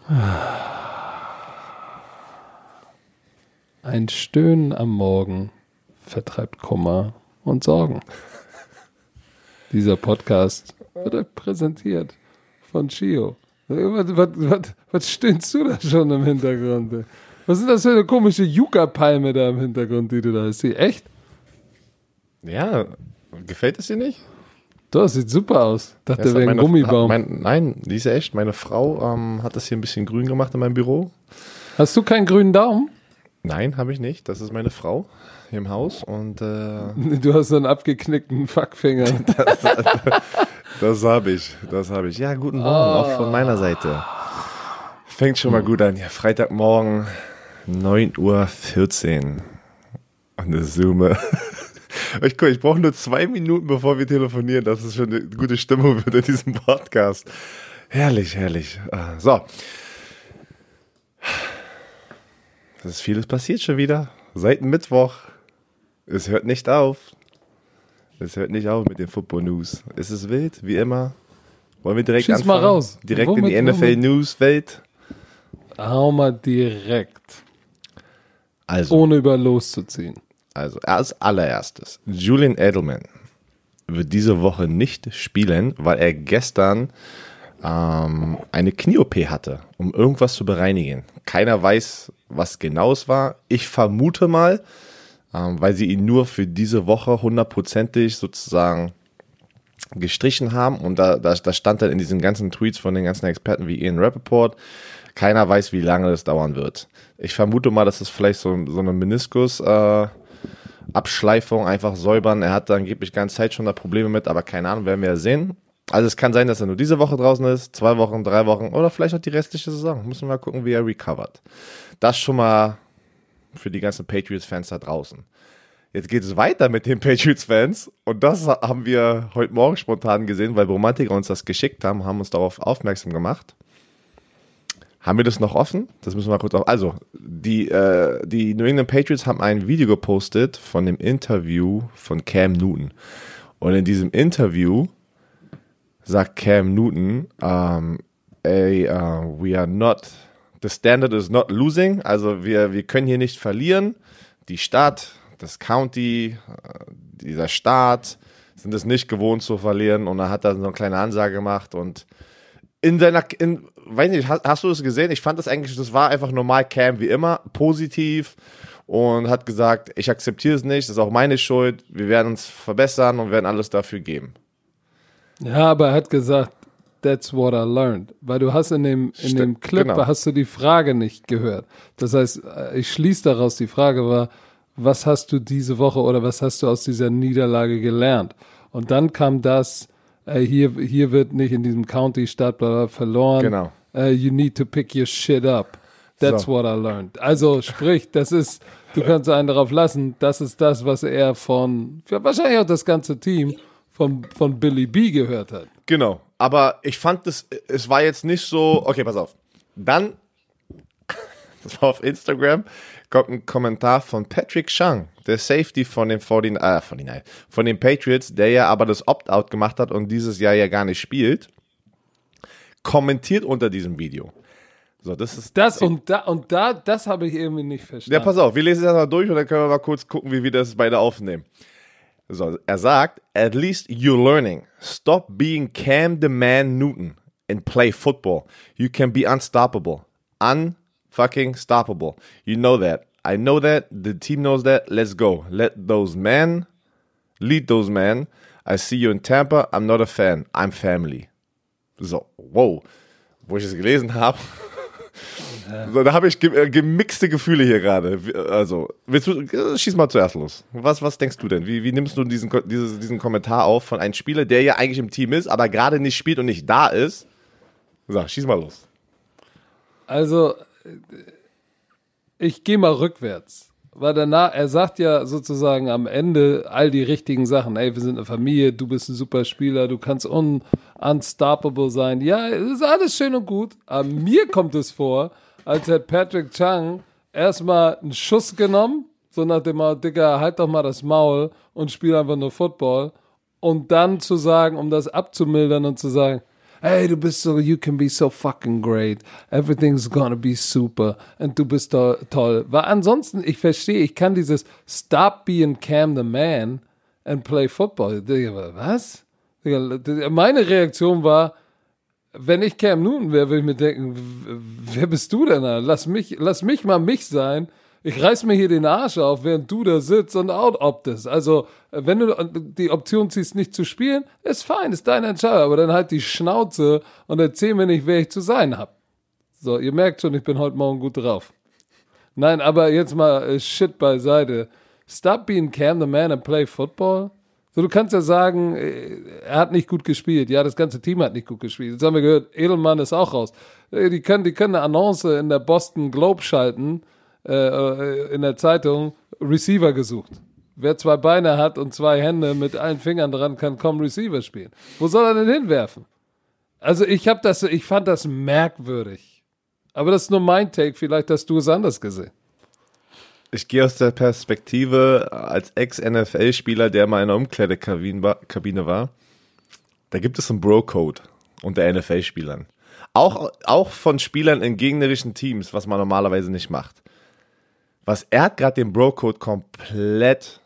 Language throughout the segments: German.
Ein Stöhnen am Morgen vertreibt Kummer und Sorgen. Dieser Podcast wird euch präsentiert von Chio. Was stöhnst du da schon im Hintergrund? Was ist das für eine komische Yucca-Palme da im Hintergrund, die du da hast? Die echt? Ja, gefällt es dir nicht? Das sieht super aus. Dachte, wäre ein Gummibaum. Nein, die ist echt. Meine Frau hat das hier ein bisschen grün gemacht in meinem Büro. Hast du keinen grünen Daumen? Nein, habe ich nicht. Das ist meine Frau hier im Haus. Und du hast so einen abgeknickten Fuckfinger. Das habe ich. Ja, guten Morgen, auch von meiner Seite. Fängt schon mal gut an. Ja, Freitagmorgen, 9:14 Uhr. Und das Zoom. Ich brauche nur 2 Minuten, bevor wir telefonieren, dass es schon eine gute Stimmung wird in diesem Podcast. Herrlich. So. Es ist vieles passiert schon wieder. Seit Mittwoch. Es hört nicht auf. mit den Football News. Es ist wild, wie immer. Wollen wir direkt anfangen? Schieß mal raus. Direkt in die NFL-News-Welt. Hau mal direkt. Also, ohne über loszuziehen. Also, als allererstes, Julian Edelman wird diese Woche nicht spielen, weil er gestern eine Knie-OP hatte, um irgendwas zu bereinigen. Keiner weiß, was genau es war. Ich vermute mal, weil sie ihn nur für diese Woche 100%ig sozusagen gestrichen haben. Und da stand dann in diesen ganzen Tweets von den ganzen Experten wie Ian Rappaport, keiner weiß, wie lange das dauern wird. Ich vermute mal, dass es vielleicht so eine Meniskus-Abschleifung einfach säubern. Er hat da angeblich die ganze Zeit schon da Probleme mit, aber keine Ahnung, werden wir ja sehen. Also es kann sein, dass er nur diese Woche draußen ist, 2 Wochen, 3 Wochen oder vielleicht auch die restliche Saison. Müssen wir mal gucken, wie er recovert. Das schon mal für die ganzen Patriots-Fans da draußen. Jetzt geht es weiter mit den Patriots-Fans und das haben wir heute Morgen spontan gesehen, weil Bromantiker uns das geschickt haben uns darauf aufmerksam gemacht. Haben wir das noch offen? Das müssen wir mal kurz auf. Also, die New England Patriots haben ein Video gepostet von dem Interview von Cam Newton. Und in diesem Interview sagt Cam Newton, we are not, the standard is not losing. Also, wir können hier nicht verlieren. Die Stadt, das County, dieser Staat sind es nicht gewohnt zu verlieren. Und er hat dann so eine kleine Ansage gemacht und weiß nicht, hast du das gesehen? Ich fand das war einfach normal Cam wie immer, positiv und hat gesagt, ich akzeptiere es nicht, das ist auch meine Schuld, wir werden uns verbessern und werden alles dafür geben. Ja, aber er hat gesagt, that's what I learned, weil du hast in dem Clip, genau, hast du die Frage nicht gehört. Das heißt, ich schließe daraus, die Frage war, was hast du diese Woche oder was hast du aus dieser Niederlage gelernt? Und dann kam das, hier wird nicht in diesem County-Stadt verloren. Genau. You need to pick your shit up. That's what I learned. Also sprich, du kannst einen darauf lassen, das ist das, was er wahrscheinlich auch das ganze Team von Billy B gehört hat. Genau, aber ich fand es war jetzt nicht so, okay, pass auf. Dann, das war auf Instagram, kommt ein Kommentar von Patrick Chung, der Safety von den Patriots, der ja aber das Opt-out gemacht hat und dieses Jahr ja gar nicht spielt, kommentiert unter diesem Video. So, das ist das habe ich irgendwie nicht verstanden. Ja, pass auf, wir lesen das mal durch und dann können wir mal kurz gucken, wie wir das beide aufnehmen. So, er sagt, at least you're learning. Stop being Cam the Man Newton and play football. You can be unstoppable. Fucking stoppable. You know that. I know that. The team knows that. Let's go. Lead those men. I see you in Tampa. I'm not a fan. I'm family. So, wow. Wo ich es gelesen habe, so, da habe ich gemixte Gefühle hier gerade. Also, schieß mal zuerst los. Was denkst du denn? Wie nimmst du diesen Kommentar auf von einem Spieler, der ja eigentlich im Team ist, aber gerade nicht spielt und nicht da ist? So, schieß mal los. Also, ich gehe mal rückwärts, weil danach, er sagt ja sozusagen am Ende all die richtigen Sachen. Ey, wir sind eine Familie, du bist ein super Spieler, du kannst unstoppable sein. Ja, es ist alles schön und gut, aber mir kommt es vor, als hätte Patrick Chung erstmal einen Schuss genommen, so nach dem Motto, Digga, halt doch mal das Maul und spiel einfach nur Football. Und dann zu sagen, um das abzumildern und zu sagen, hey, du bist so, you can be so fucking great, everything's gonna be super und du bist toll. Weil ansonsten, ich verstehe, ich kann dieses Stop being Cam the Man and play football. Was? Meine Reaktion war, wenn ich Cam Newton wäre, würde ich mir denken, wer bist du denn da? Lass mich mal mich sein. Ich reiß mir hier den Arsch auf, während du da sitzt und out-optest. Also, wenn du die Option ziehst, nicht zu spielen, ist fein, ist deine Entscheidung. Aber dann halt die Schnauze und erzähl mir nicht, wer ich zu sein hab. So, ihr merkt schon, ich bin heute Morgen gut drauf. Nein, aber jetzt mal Shit beiseite. Stop being Cam the Man and play football. So, du kannst ja sagen, er hat nicht gut gespielt. Ja, das ganze Team hat nicht gut gespielt. Jetzt haben wir gehört, Edelmann ist auch raus. Die können eine Annonce in der Boston Globe schalten, in der Zeitung, Receiver gesucht. Wer 2 Beine hat und 2 Hände mit allen Fingern dran, kann kaum Receiver spielen. Wo soll er denn hinwerfen? Also ich fand das merkwürdig. Aber das ist nur mein Take, vielleicht hast du es anders gesehen. Ich gehe aus der Perspektive als Ex-NFL-Spieler, der mal in einer Umkleidekabine war. Da gibt es einen Bro-Code unter NFL-Spielern. Auch von Spielern in gegnerischen Teams, was man normalerweise nicht macht. Er hat gerade den Bro-Code komplett.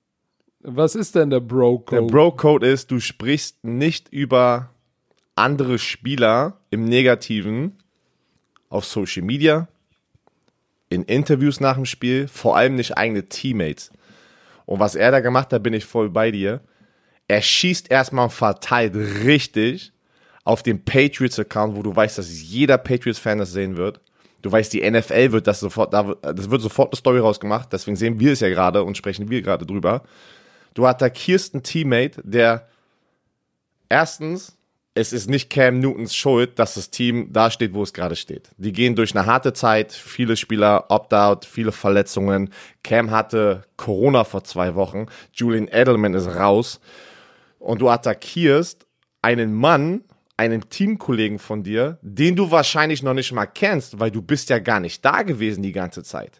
Was ist denn der Bro-Code? Der Bro-Code ist, du sprichst nicht über andere Spieler im Negativen auf Social Media, in Interviews nach dem Spiel, vor allem nicht eigene Teammates. Und was er da gemacht hat, bin ich voll bei dir. Er schießt erstmal und verteilt richtig auf den Patriots-Account, wo du weißt, dass jeder Patriots-Fan das sehen wird. Du weißt, die NFL wird das sofort eine Story rausgemacht, deswegen sehen wir es ja gerade und sprechen wir gerade drüber. Du attackierst einen Teammate, der erstens, es ist nicht Cam Newtons Schuld, dass das Team da steht, wo es gerade steht. Die gehen durch eine harte Zeit, viele Spieler Opt-out, viele Verletzungen. Cam hatte Corona vor 2 Wochen, Julian Edelman ist raus und du attackierst einen Mann, einen Teamkollegen von dir, den du wahrscheinlich noch nicht mal kennst, weil du bist ja gar nicht da gewesen die ganze Zeit.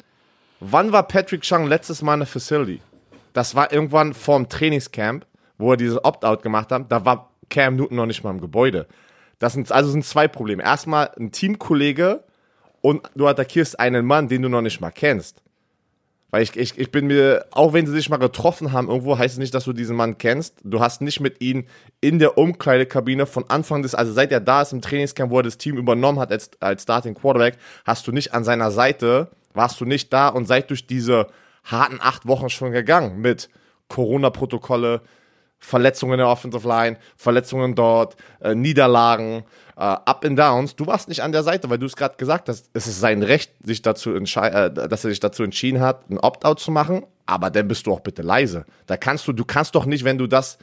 Wann war Patrick Chung letztes Mal in der Facility? Das war irgendwann vorm Trainingscamp, wo er dieses Opt-out gemacht hat. Da war Cam Newton noch nicht mal im Gebäude. Das sind 2 Probleme. Erstmal ein Teamkollege und du attackierst einen Mann, den du noch nicht mal kennst. Weil ich bin mir, auch wenn sie sich mal getroffen haben irgendwo, heißt es nicht, dass du diesen Mann kennst. Du hast nicht mit ihm in der Umkleidekabine von Anfang des, also seit er da ist im Trainingscamp, wo er das Team übernommen hat als Starting Quarterback, hast du nicht an seiner Seite, warst du nicht da und seid durch diese harten 8 Wochen schon gegangen mit Corona-Protokolle, Verletzungen in der Offensive Line, Verletzungen dort, Niederlagen, Up and Downs. Du warst nicht an der Seite, weil du es gerade gesagt hast, es ist sein Recht, dass er sich dazu entschieden hat, ein Opt-out zu machen, aber dann bist du auch bitte leise. Du kannst doch nicht, wenn du das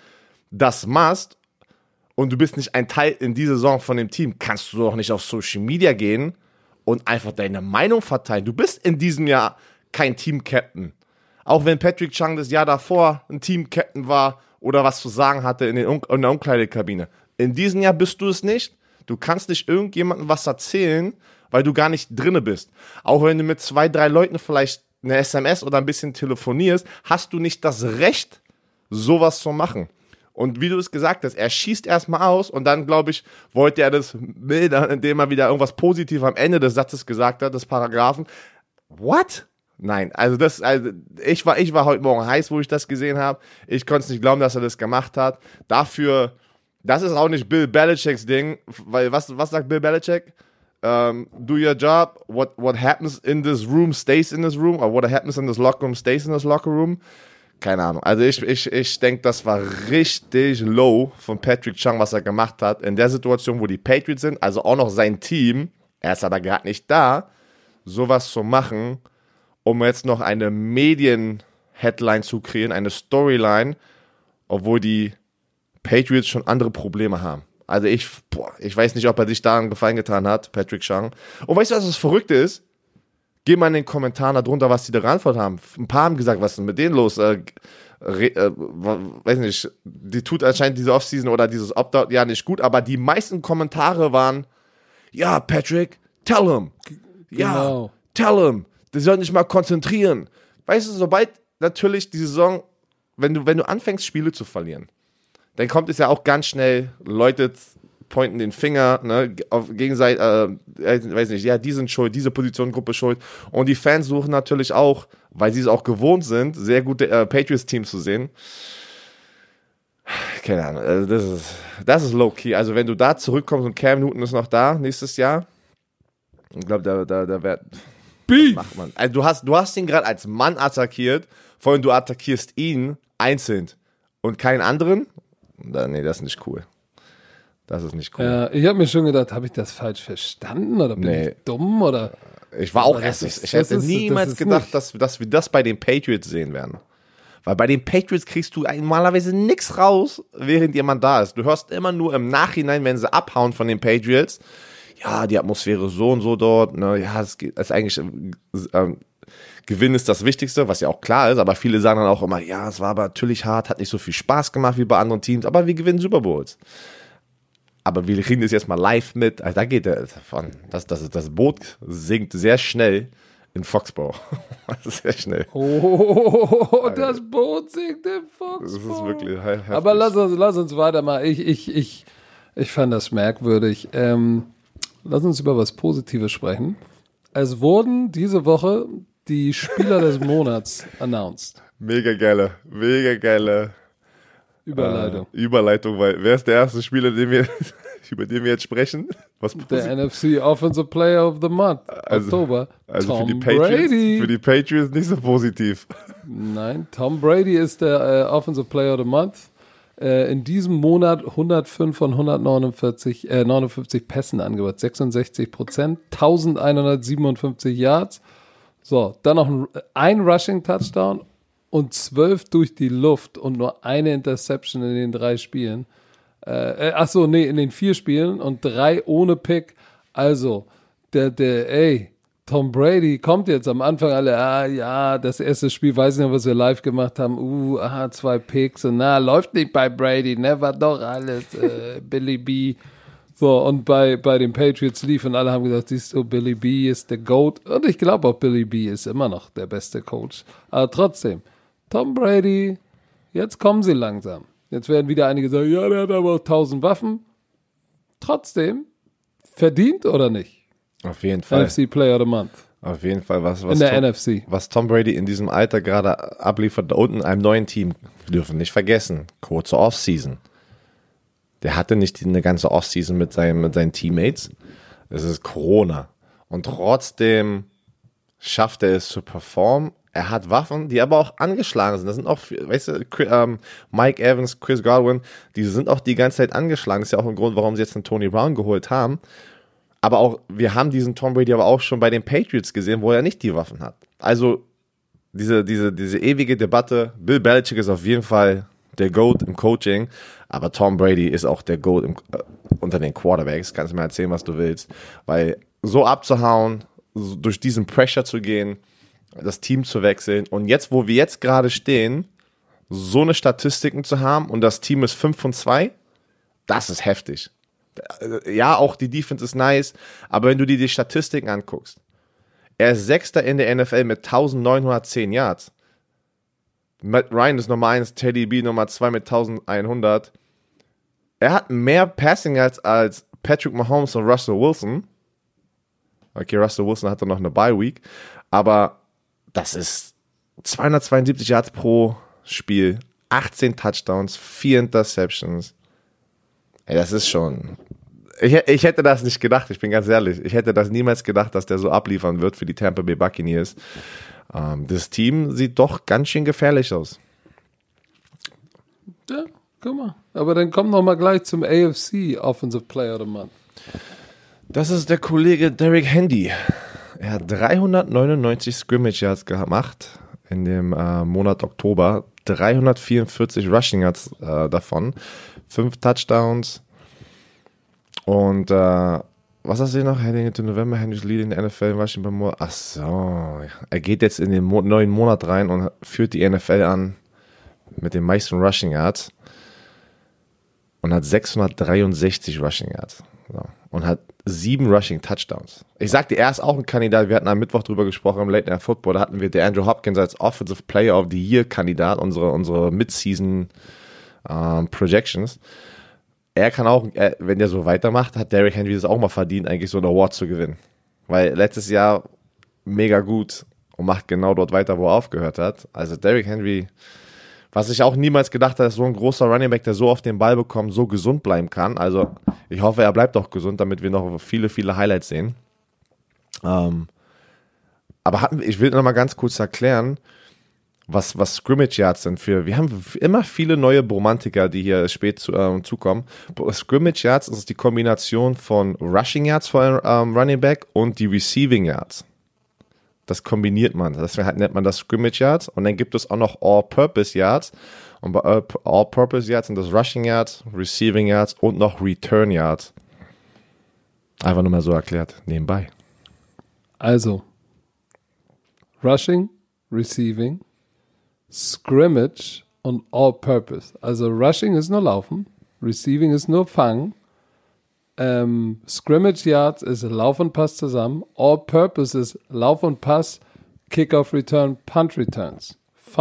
machst und du bist nicht ein Teil in dieser Saison von dem Team, kannst du doch nicht auf Social Media gehen und einfach deine Meinung verteilen. Du bist in diesem Jahr kein Team-Captain. Auch wenn Patrick Chung das Jahr davor ein Team-Captain war oder was zu sagen hatte in der Umkleidekabine. In diesem Jahr bist du es nicht. Du kannst nicht irgendjemandem was erzählen, weil du gar nicht drinne bist. Auch wenn du mit 2, 3 Leuten vielleicht eine SMS oder ein bisschen telefonierst, hast du nicht das Recht, sowas zu machen. Und wie du es gesagt hast, er schießt erstmal aus und dann, glaube ich, wollte er das mildern, indem er wieder irgendwas Positives am Ende des Satzes gesagt hat, des Paragraphen. What? Nein, also ich war heute Morgen heiß, wo ich das gesehen habe. Ich konnte es nicht glauben, dass er das gemacht hat. Dafür, das ist auch nicht Bill Belichicks Ding, weil was sagt Bill Belichick? Do your job, what happens in this room stays in this room, or what happens in this locker room stays in this locker room. Keine Ahnung, also ich denke, das war richtig low von Patrick Chung, was er gemacht hat. In der Situation, wo die Patriots sind, also auch noch sein Team, er ist aber gerade nicht da, sowas zu machen, um jetzt noch eine Medien-Headline zu kreieren, eine Storyline, obwohl die Patriots schon andere Probleme haben. Also ich weiß nicht, ob er sich da einen Gefallen getan hat, Patrick Chung. Und weißt du, was das Verrückte ist? Geh mal in den Kommentaren darunter, was die da geantwortet haben. Ein paar haben gesagt, was ist denn mit denen los? Weiß nicht, die tut anscheinend diese Offseason oder dieses Opt-out ja nicht gut, aber die meisten Kommentare waren, ja, Patrick, tell him. Ja, genau. Tell him. Die sollen sich mal konzentrieren. Weißt du, sobald natürlich die Saison, wenn du anfängst, Spiele zu verlieren, dann kommt es ja auch ganz schnell Leute pointen den Finger, ne, auf gegenseitig, weiß nicht, ja, die sind schuld, diese Positionsgruppe schuld. Und die Fans suchen natürlich auch, weil sie es auch gewohnt sind, sehr gute Patriots-Teams zu sehen. Keine Ahnung, also das ist low-key. Also wenn du da zurückkommst und Cam Newton ist noch da nächstes Jahr, ich glaube, da wird Beef. macht man. Also du hast ihn gerade als Mann attackiert, vor allem du attackierst ihn einzeln und keinen anderen. Nee, das ist nicht cool. Das ist nicht cool. Ja, ich habe mir schon gedacht, habe ich das falsch verstanden oder bin ich dumm oder? Ich war auch Aber erst, das ist- ich hätte das ist- niemals das ist gedacht, nicht. dass wir das bei den Patriots sehen werden. Weil bei den Patriots kriegst du normalerweise nichts raus, während jemand da ist. Du hörst immer nur im Nachhinein, wenn sie abhauen von den Patriots, ja, die Atmosphäre so und so dort, ne, ja, es ist eigentlich, Gewinn ist das Wichtigste, was ja auch klar ist, aber viele sagen dann auch immer, ja, es war aber natürlich hart, hat nicht so viel Spaß gemacht wie bei anderen Teams, aber wir gewinnen Super Bowls. Aber wir kriegen das jetzt mal live mit, also da geht der von, das Boot sinkt sehr schnell in Foxborough. Sehr schnell. Oh, das Boot sinkt im Foxborough. Das ist wirklich heftig. Aber lass uns weitermachen. Ich fand das merkwürdig. Lass uns über was Positives sprechen. Es wurden diese Woche die Spieler des Monats announced. Mega geile Überleitung. weil wer ist der erste Spieler, über den wir jetzt sprechen? Was Der NFC Offensive Player of the Month, Oktober. Also Tom für Brady. Für die Patriots nicht so positiv. Nein, Tom Brady ist der Offensive Player of the Month. In diesem Monat 105 von 59 Pässen angebracht, 66%, 1157 Yards. So, dann noch ein Rushing Touchdown und 12 durch die Luft und nur eine Interception in den 3 Spielen. In den 4 Spielen und 3 ohne Pick. Also, Tom Brady kommt jetzt am Anfang alle, das erste Spiel, weiß nicht, was wir live gemacht haben, 2 Picks und läuft nicht bei Brady, war doch alles Billy B. So, und bei den Patriots lief und alle haben gesagt, siehst du, Billy B ist der GOAT. Und ich glaube auch, Billy B ist immer noch der beste Coach. Aber trotzdem, Tom Brady, jetzt kommen sie langsam. Jetzt werden wieder einige sagen, ja, der hat aber auch 1000 Waffen. Trotzdem, verdient oder nicht? Auf jeden Fall. NFC Player of the Month. Auf jeden Fall. In der NFC. Was Tom Brady in diesem Alter gerade abliefert, da unten in einem neuen Team, wir dürfen nicht vergessen, kurze Offseason. Der hatte nicht eine ganze Offseason mit seinen Teammates. Es ist Corona. Und trotzdem schafft er es zu performen. Er hat Waffen, die aber auch angeschlagen sind. Das sind auch, weißt du, Mike Evans, Chris Godwin, die sind auch die ganze Zeit angeschlagen. Das ist ja auch ein Grund, warum sie jetzt einen Tony Brown geholt haben. Aber auch, wir haben diesen Tom Brady aber auch schon bei den Patriots gesehen, wo er nicht die Waffen hat. Also, diese ewige Debatte, Bill Belichick ist auf jeden Fall der GOAT im Coaching, aber Tom Brady ist auch der GOAT unter den Quarterbacks. Kannst du mir erzählen, was du willst. Weil so abzuhauen, so durch diesen Pressure zu gehen, das Team zu wechseln und jetzt, wo wir jetzt gerade stehen, so eine Statistiken zu haben und das Team ist 5-2, das ist heftig. Ja, auch die Defense ist nice, aber wenn du dir die Statistiken anguckst, er ist 6. in der NFL mit 1910 Yards. Matt Ryan ist Nummer 1, Teddy B Nummer 2 mit 1100. Er hat mehr Passing als Patrick Mahomes und Russell Wilson. Okay, Russell Wilson hatte noch eine Bye-Week, aber das ist 272 Yards pro Spiel, 18 Touchdowns, 4 Interceptions. Ey, das ist schon... Ich hätte das nicht gedacht, ich bin ganz ehrlich. Ich hätte das niemals gedacht, dass der so abliefern wird für die Tampa Bay Buccaneers. Das Team sieht doch ganz schön gefährlich aus. Ja, guck mal. Aber dann kommen wir mal gleich zum AFC Offensive Player of the Month. Das ist der Kollege Derrick Henry. Er hat 399 Scrimmage Yards gemacht in dem Monat Oktober. 344 Rushing Yards davon. 5 Touchdowns. Und was hast du noch? Heading into November, Henry's leading the NFL in Rushing by more. Ach so. Er geht jetzt in den neuen Monat rein und führt die NFL an mit den meisten Rushing Yards. Und hat 663 Rushing Yards. So. Und hat 7 Rushing Touchdowns. Ich sagte, er ist auch ein Kandidat. Wir hatten am Mittwoch drüber gesprochen im Late Night Football. Da hatten wir der Andrew Hopkins als Offensive Player of the Year Kandidat, unsere Mid-Season Projections. er kann auch, wenn er so weitermacht, hat Derrick Henry das auch mal verdient, eigentlich so einen Award zu gewinnen. Weil letztes Jahr mega gut und macht genau dort weiter, wo er aufgehört hat. Also Derrick Henry, was ich auch niemals gedacht habe, ist so ein großer Running Back, der so auf den Ball bekommt, so gesund bleiben kann. Also ich hoffe, er bleibt auch gesund, damit wir noch viele, viele Highlights sehen. Aber ich will noch mal ganz kurz erklären, was Scrimmage Yards sind wir haben immer viele neue Bromantiker, die hier spät zukommen. Scrimmage Yards ist die Kombination von Rushing Yards für Running Back und die Receiving Yards. Das kombiniert man. Deswegen nennt man das Scrimmage Yards. Und dann gibt es auch noch All-Purpose Yards. Und bei All-Purpose Yards sind das Rushing Yards, Receiving Yards und noch Return Yards. Einfach nur mal so erklärt, nebenbei. Also, Rushing, Receiving, Scrimmage und All-Purpose. Also Rushing ist nur Laufen, Receiving ist nur Fangen, Scrimmage Yards ist Lauf und Pass zusammen, All-Purpose ist Lauf und Pass, Kickoff Return, Punt Returns.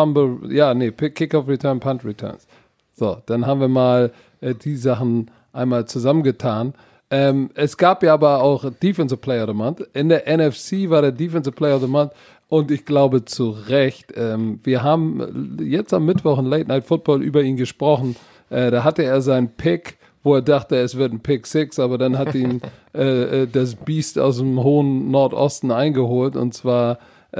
Kickoff Return, Punt Returns. So, dann haben wir mal die Sachen einmal zusammengetan. Es gab ja aber auch Defensive Player of the Month. In der NFC war der Defensive Player of the Month und ich glaube zu Recht. Wir haben jetzt am Mittwoch in Late Night Football über ihn gesprochen. Da hatte er seinen Pick, wo er dachte, es wird ein Pick 6, aber dann hat ihn das Biest aus dem hohen Nordosten eingeholt, und zwar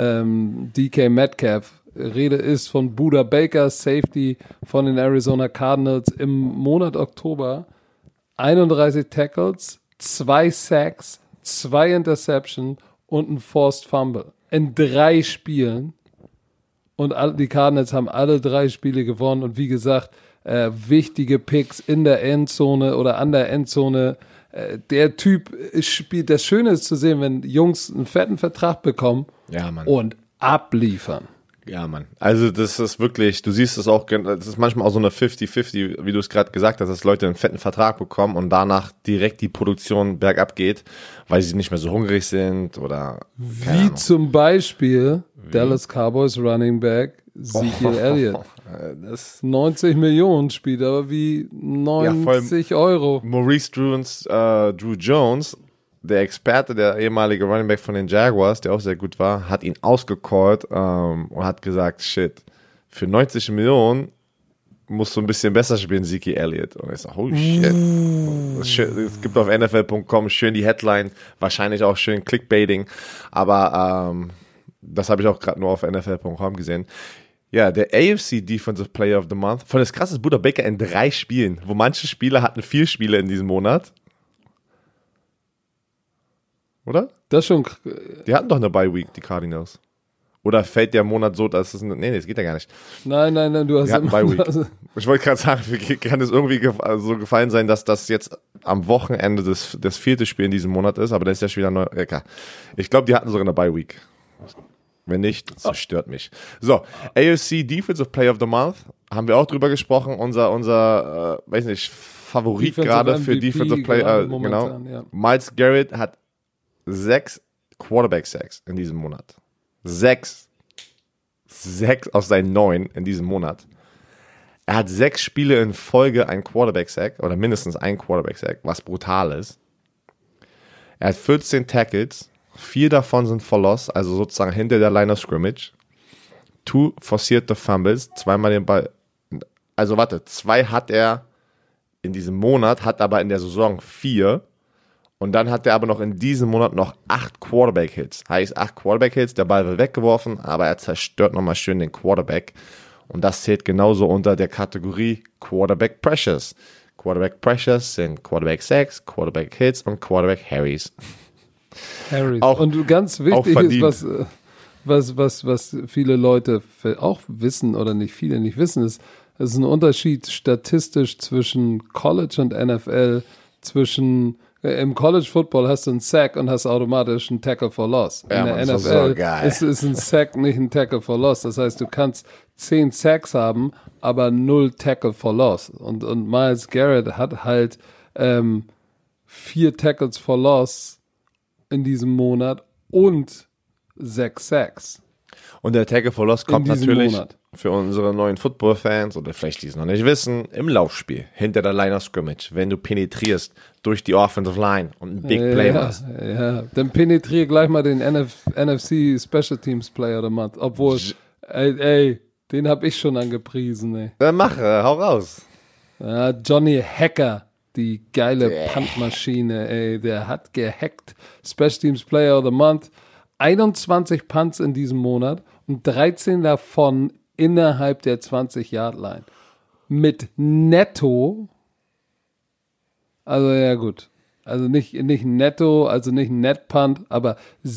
DK Metcalf. Rede ist von Buda Baker, Safety von den Arizona Cardinals im Monat Oktober. 31 Tackles, 2 Sacks, 2 Interception und ein Forced Fumble. In 3 Spielen. Und die Cardinals haben alle 3 Spiele gewonnen. Und wie gesagt, wichtige Picks in der Endzone oder an der Endzone. Der Typ spielt. Das Schöne ist zu sehen, wenn Jungs einen fetten Vertrag bekommen, ja, Mann, und abliefern. Ja, Mann. Also das ist wirklich, du siehst es auch, das ist manchmal auch so eine 50-50, wie du es gerade gesagt hast, dass Leute einen fetten Vertrag bekommen und danach direkt die Produktion bergab geht, weil sie nicht mehr so hungrig sind oder wie zum Beispiel Dallas Cowboys Running Back Ezekiel Elliott. 90 Millionen spielt aber wie 90 Euro. Maurice Drew Jones, der Experte, der ehemalige Running Back von den Jaguars, der auch sehr gut war, hat ihn ausgecallt und hat gesagt, shit, für 90 Millionen musst du ein bisschen besser spielen, Ezekiel Elliott. Und ich sage, holy shit. Es gibt auf NFL.com schön die Headline, wahrscheinlich auch schön Clickbaiting, aber das habe ich auch gerade nur auf NFL.com gesehen. Ja, der AFC Defensive Player of the Month, von das krasse Buda Baker in 3 Spielen, wo manche Spieler hatten 4 Spiele in diesem Monat. Oder? Das schon. Die hatten doch eine Bye-Week, die Cardinals. Oder fällt der Monat so, dass es... Nee, das geht ja gar nicht. Nein, du hast... Die hatten Bye-Week. Ich wollte gerade sagen, kann es irgendwie so gefallen sein, dass das jetzt am Wochenende das 4. Spiel in diesem Monat ist, aber dann ist ja schon wieder neu. Ja, ich glaube, die hatten sogar eine Bye-Week. Wenn nicht, das stört mich. So, AFC Defensive Player of the Month, haben wir auch drüber gesprochen. Unser weiß nicht, Favorit gerade für Defensive Player, genau. Ja. Myles Garrett hat 6 Quarterback-Sacks in diesem Monat. 6 aus seinen 9 in diesem Monat. Er hat 6 Spiele in Folge ein Quarterback-Sack oder mindestens ein Quarterback-Sack, was brutal ist. Er hat 14 Tackles, 4 davon sind for Loss, also sozusagen hinter der Line of Scrimmage. 2 forcierte Fumbles, 2-mal den Ball. Also 2 hat er in diesem Monat, hat aber in der Saison 4. Und dann hat er aber noch in diesem Monat noch 8 Quarterback-Hits. Heißt 8 Quarterback-Hits, der Ball wird weggeworfen, aber er zerstört nochmal schön den Quarterback. Und das zählt genauso unter der Kategorie Quarterback Pressures. Quarterback Pressures sind Quarterback Sacks, Quarterback Hits und Quarterback Harrys. Und ganz wichtig ist, was viele Leute auch wissen oder nicht viele nicht wissen, ist, es ist ein Unterschied statistisch zwischen College und NFL, im College Football hast du einen Sack und hast automatisch einen Tackle for Loss. In der NFL ist ein Sack nicht ein Tackle for Loss. Das heißt, du kannst 10 Sacks haben, aber 0 Tackle for Loss. Und Myles Garrett hat halt 4 Tackles for Loss in diesem Monat und 6 Sacks. Und der Tackle for Loss kommt natürlich für unsere neuen Football-Fans oder vielleicht die es noch nicht wissen, im Laufspiel, hinter der Line of Scrimmage, wenn du penetrierst durch die Offensive Line und einen Big Play machst. Ja, dann penetriere gleich mal den NFC Special Teams Player of the Month, obwohl, den habe ich schon angepriesen, ey. Dann mach, hau raus. Ja, Johnny Hacker, die geile Puntmaschine, ey, der hat gehackt. Special Teams Player of the Month, 21 Punts in diesem Monat und 13 davon innerhalb der 20-Yard-Line. Mit netto, also ja gut, also nicht netto, also nicht Net-Punt, aber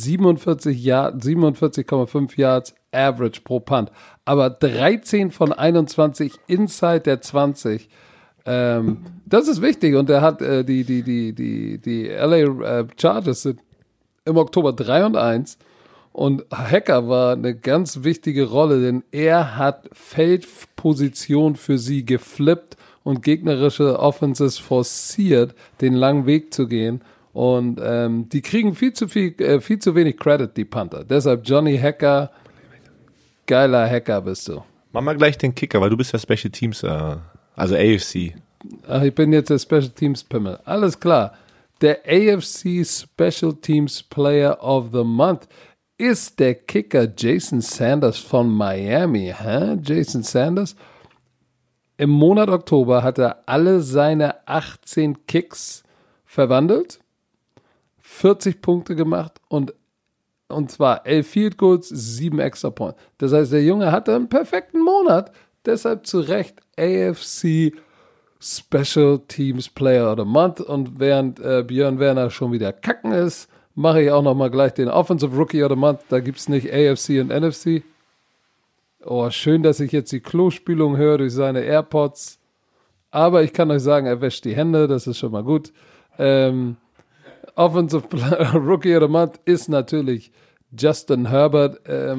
47,5 Yards Average pro Punt. Aber 13 von 21 inside der 20. Das ist wichtig und er hat die LA Chargers sind im Oktober 3-1 und Hacker war eine ganz wichtige Rolle, denn er hat Feldposition für sie geflippt und gegnerische Offenses forciert, den langen Weg zu gehen. Und die kriegen viel zu wenig Credit, die Panther. Deshalb Johnny Hacker, geiler Hacker bist du. Mach mal gleich den Kicker, weil du bist ja Special Teams, also AFC. Ach, ich bin jetzt der Special Teams Pimmel. Alles klar. Der AFC Special Teams Player of the Month ist der Kicker Jason Sanders von Miami. Jason Sanders. Im Monat Oktober hat er alle seine 18 Kicks verwandelt, 40 Punkte gemacht und zwar 11 Field Goals, 7 Extra Points. Das heißt, der Junge hatte einen perfekten Monat. Deshalb zu Recht AFC Special Teams Player of the Month. Und während Björn Werner schon wieder kacken ist, mache ich auch nochmal gleich den Offensive Rookie of the Month. Da gibt es nicht AFC und NFC. Oh, schön, dass ich jetzt die Klospülung höre durch seine AirPods. Aber ich kann euch sagen, er wäscht die Hände. Das ist schon mal gut. Offensive Rookie of the Month ist natürlich Justin Herbert.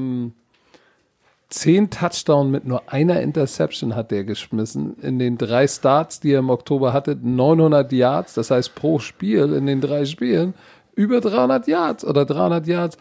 10 Touchdown mit nur einer Interception hat er geschmissen. In den 3 Starts, die er im Oktober hatte, 900 Yards. Das heißt, pro Spiel in den 3 Spielen über 300 Yards oder 300 Yards,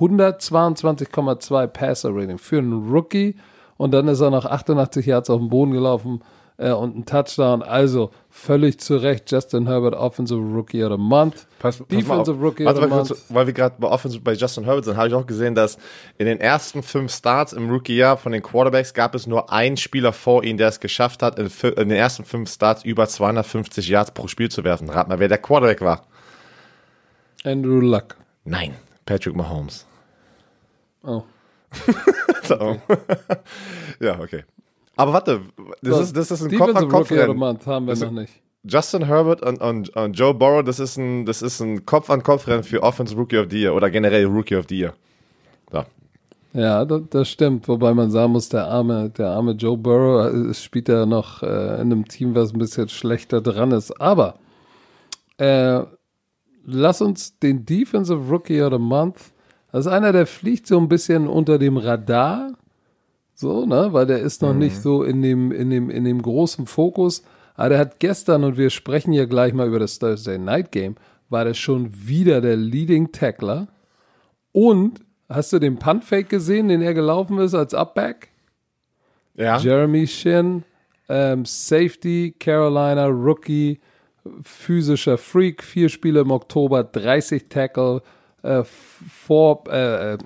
122,2 Passer-Rating für einen Rookie. Und dann ist er noch 88 Yards auf den Boden gelaufen und ein Touchdown. Also völlig zu Recht Justin Herbert, Offensive Rookie of the Month. Defensive Rookie of the Month. Weil wir gerade bei Justin Herbert sind, habe ich auch gesehen, dass in den ersten 5 Starts im Rookie-Jahr von den Quarterbacks gab es nur einen Spieler vor ihm, der es geschafft hat, in den ersten 5 Starts über 250 Yards pro Spiel zu werfen. Rat mal, wer der Quarterback war. Andrew Luck. Nein, Patrick Mahomes. Oh. So. Ja, okay. Aber warte, das ist ein Kopf-an-Kopf-Rennen. Haben wir noch nicht. Justin Herbert und Joe Burrow, das ist ein Kopf-an-Kopf-Rennen für Offensive Rookie of the Year oder generell Rookie of the Year. So. Ja, das stimmt. Wobei man sagen muss, der arme Joe Burrow spielt ja noch in einem Team, was ein bisschen schlechter dran ist. Aber lass uns den Defensive Rookie of the Month, das ist einer, der fliegt so ein bisschen unter dem Radar. So, ne, weil der ist noch nicht so in dem großen Fokus. Aber der hat gestern, und wir sprechen ja gleich mal über das Thursday Night Game, war der schon wieder der Leading Tackler. Und hast du den Punt-Fake gesehen, den er gelaufen ist als Upback? Ja. Jeremy Shinn, Safety, Carolina, Rookie, physischer Freak, 4 Spiele im Oktober, 30 Tackle, 4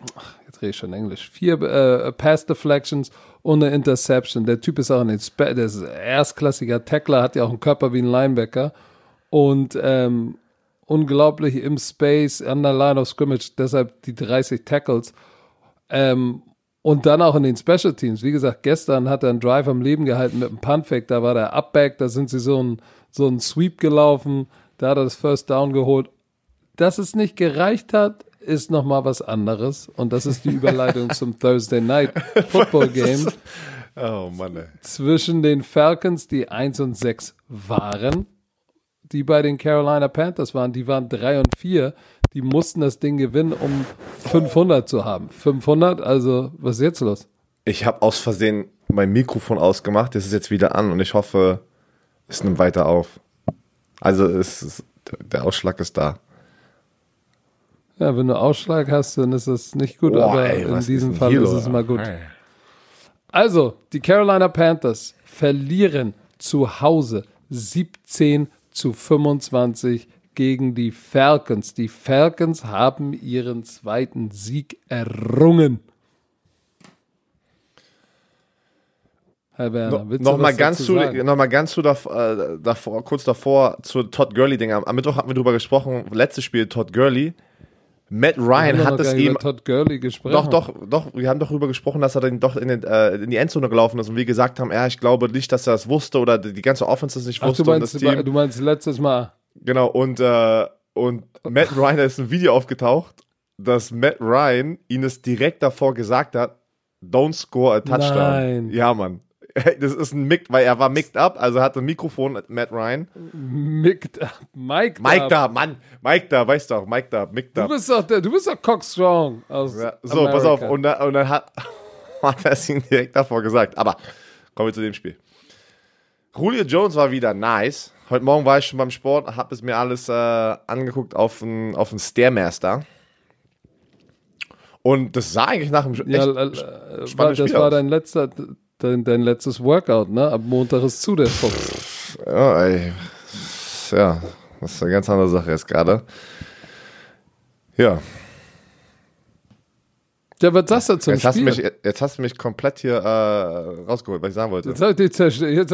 Pass Deflections und eine Interception. Der Typ ist auch der ist erstklassiger Tackler, hat ja auch einen Körper wie ein Linebacker und unglaublich im Space, an der Line of Scrimmage, deshalb die 30 Tackles. Und dann auch in den Special Teams. Wie gesagt, gestern hat er einen Drive am Leben gehalten mit einem Punt-Fake, da war der Upback, da sind sie so ein Sweep gelaufen, da hat er das First Down geholt. Dass es nicht gereicht hat, ist nochmal was anderes. Und das ist die Überleitung zum Thursday Night Football Game. Oh Mann, ey. Zwischen den Falcons, die 1-6 waren, die bei den Carolina Panthers waren, die waren 3-4. Die mussten das Ding gewinnen, um 500 zu haben. 500, also was ist jetzt los? Ich habe aus Versehen mein Mikrofon ausgemacht, das ist jetzt wieder an und ich hoffe, es nimmt weiter auf. Also der Ausschlag ist da. Ja, wenn du Ausschlag hast, dann ist das nicht gut, aber in diesem Fall ist es mal gut. Also, die Carolina Panthers verlieren zu Hause 17-25 gegen die Falcons. Die Falcons haben ihren zweiten Sieg errungen. Herr Werner, Nochmal ganz kurz davor zu Todd Gurley-Ding. Am Mittwoch hatten wir drüber gesprochen, letztes Spiel Todd Gurley. Matt Ryan hat es ihm. Todd Gurley gesprochen. Doch. Wir haben doch darüber gesprochen, dass er dann doch in die Endzone gelaufen ist und wir gesagt haben, ich glaube nicht, dass er das wusste oder die ganze Offense das nicht wusste. Du meinst letztes Mal. Genau, und Matt Ryan, da ist ein Video aufgetaucht, dass Matt Ryan ihn es direkt davor gesagt hat, don't score a touchdown. Nein. Ja, Mann. Das ist ein Mic, weil er war mic'd up, also hatte ein Mikrofon, Matt Ryan. Mic'd up. Mic'd up, Mann. Mic'd up, weißt du auch, mic'd up. Du bist doch Cockstrong aus so, America. Pass auf, und dann hat er es ihm direkt davor gesagt. Aber kommen wir zu dem Spiel. Julio Jones war wieder nice. Heute Morgen war ich schon beim Sport, habe es mir alles angeguckt auf den Stairmaster. Und das sah eigentlich nach einem spannenden Spiel war aus. dein letztes Workout, ne? Ab Montag ist zu, der Fuchs. Ja, ey. Ja, das ist eine ganz andere Sache jetzt gerade. Ja. Ja, was sagst du zum Spiel? Jetzt hast du mich komplett hier rausgeholt, was ich sagen wollte. Jetzt habe ich dich zerstört. Jetzt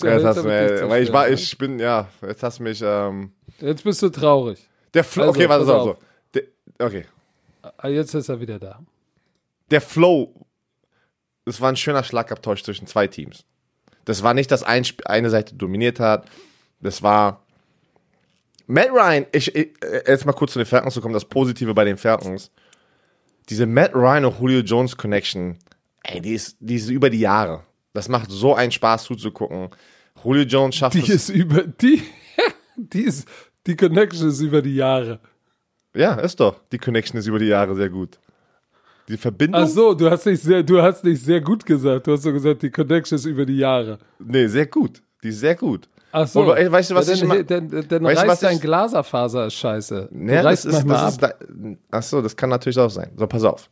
hast du mich. Jetzt bist du traurig. Okay, warte, so. Okay. Jetzt ist er wieder da. Der Flow, es war ein schöner Schlagabtausch zwischen zwei Teams. Das war nicht, dass eine Seite dominiert hat. Das war Matt Ryan. Jetzt mal kurz zu den Falcons zu kommen, das Positive bei den Falcons. Diese Matt Ryan und Julio Jones Connection, die ist über die Jahre. Das macht so einen Spaß zuzugucken. Julio Jones schafft es. Die Connection ist über die Jahre. Ja, ist doch. Die Connection ist über die Jahre sehr gut. Die Verbindung. Ach so, du hast nicht sehr gut gesagt. Du hast so gesagt, die Connection ist über die Jahre. Nee, sehr gut. Die ist sehr gut. Ach so. Und, weißt du, was dann reißt dein Glaserfaser ist scheiße. Ja, das ist ach so, das kann natürlich auch sein. So, pass auf.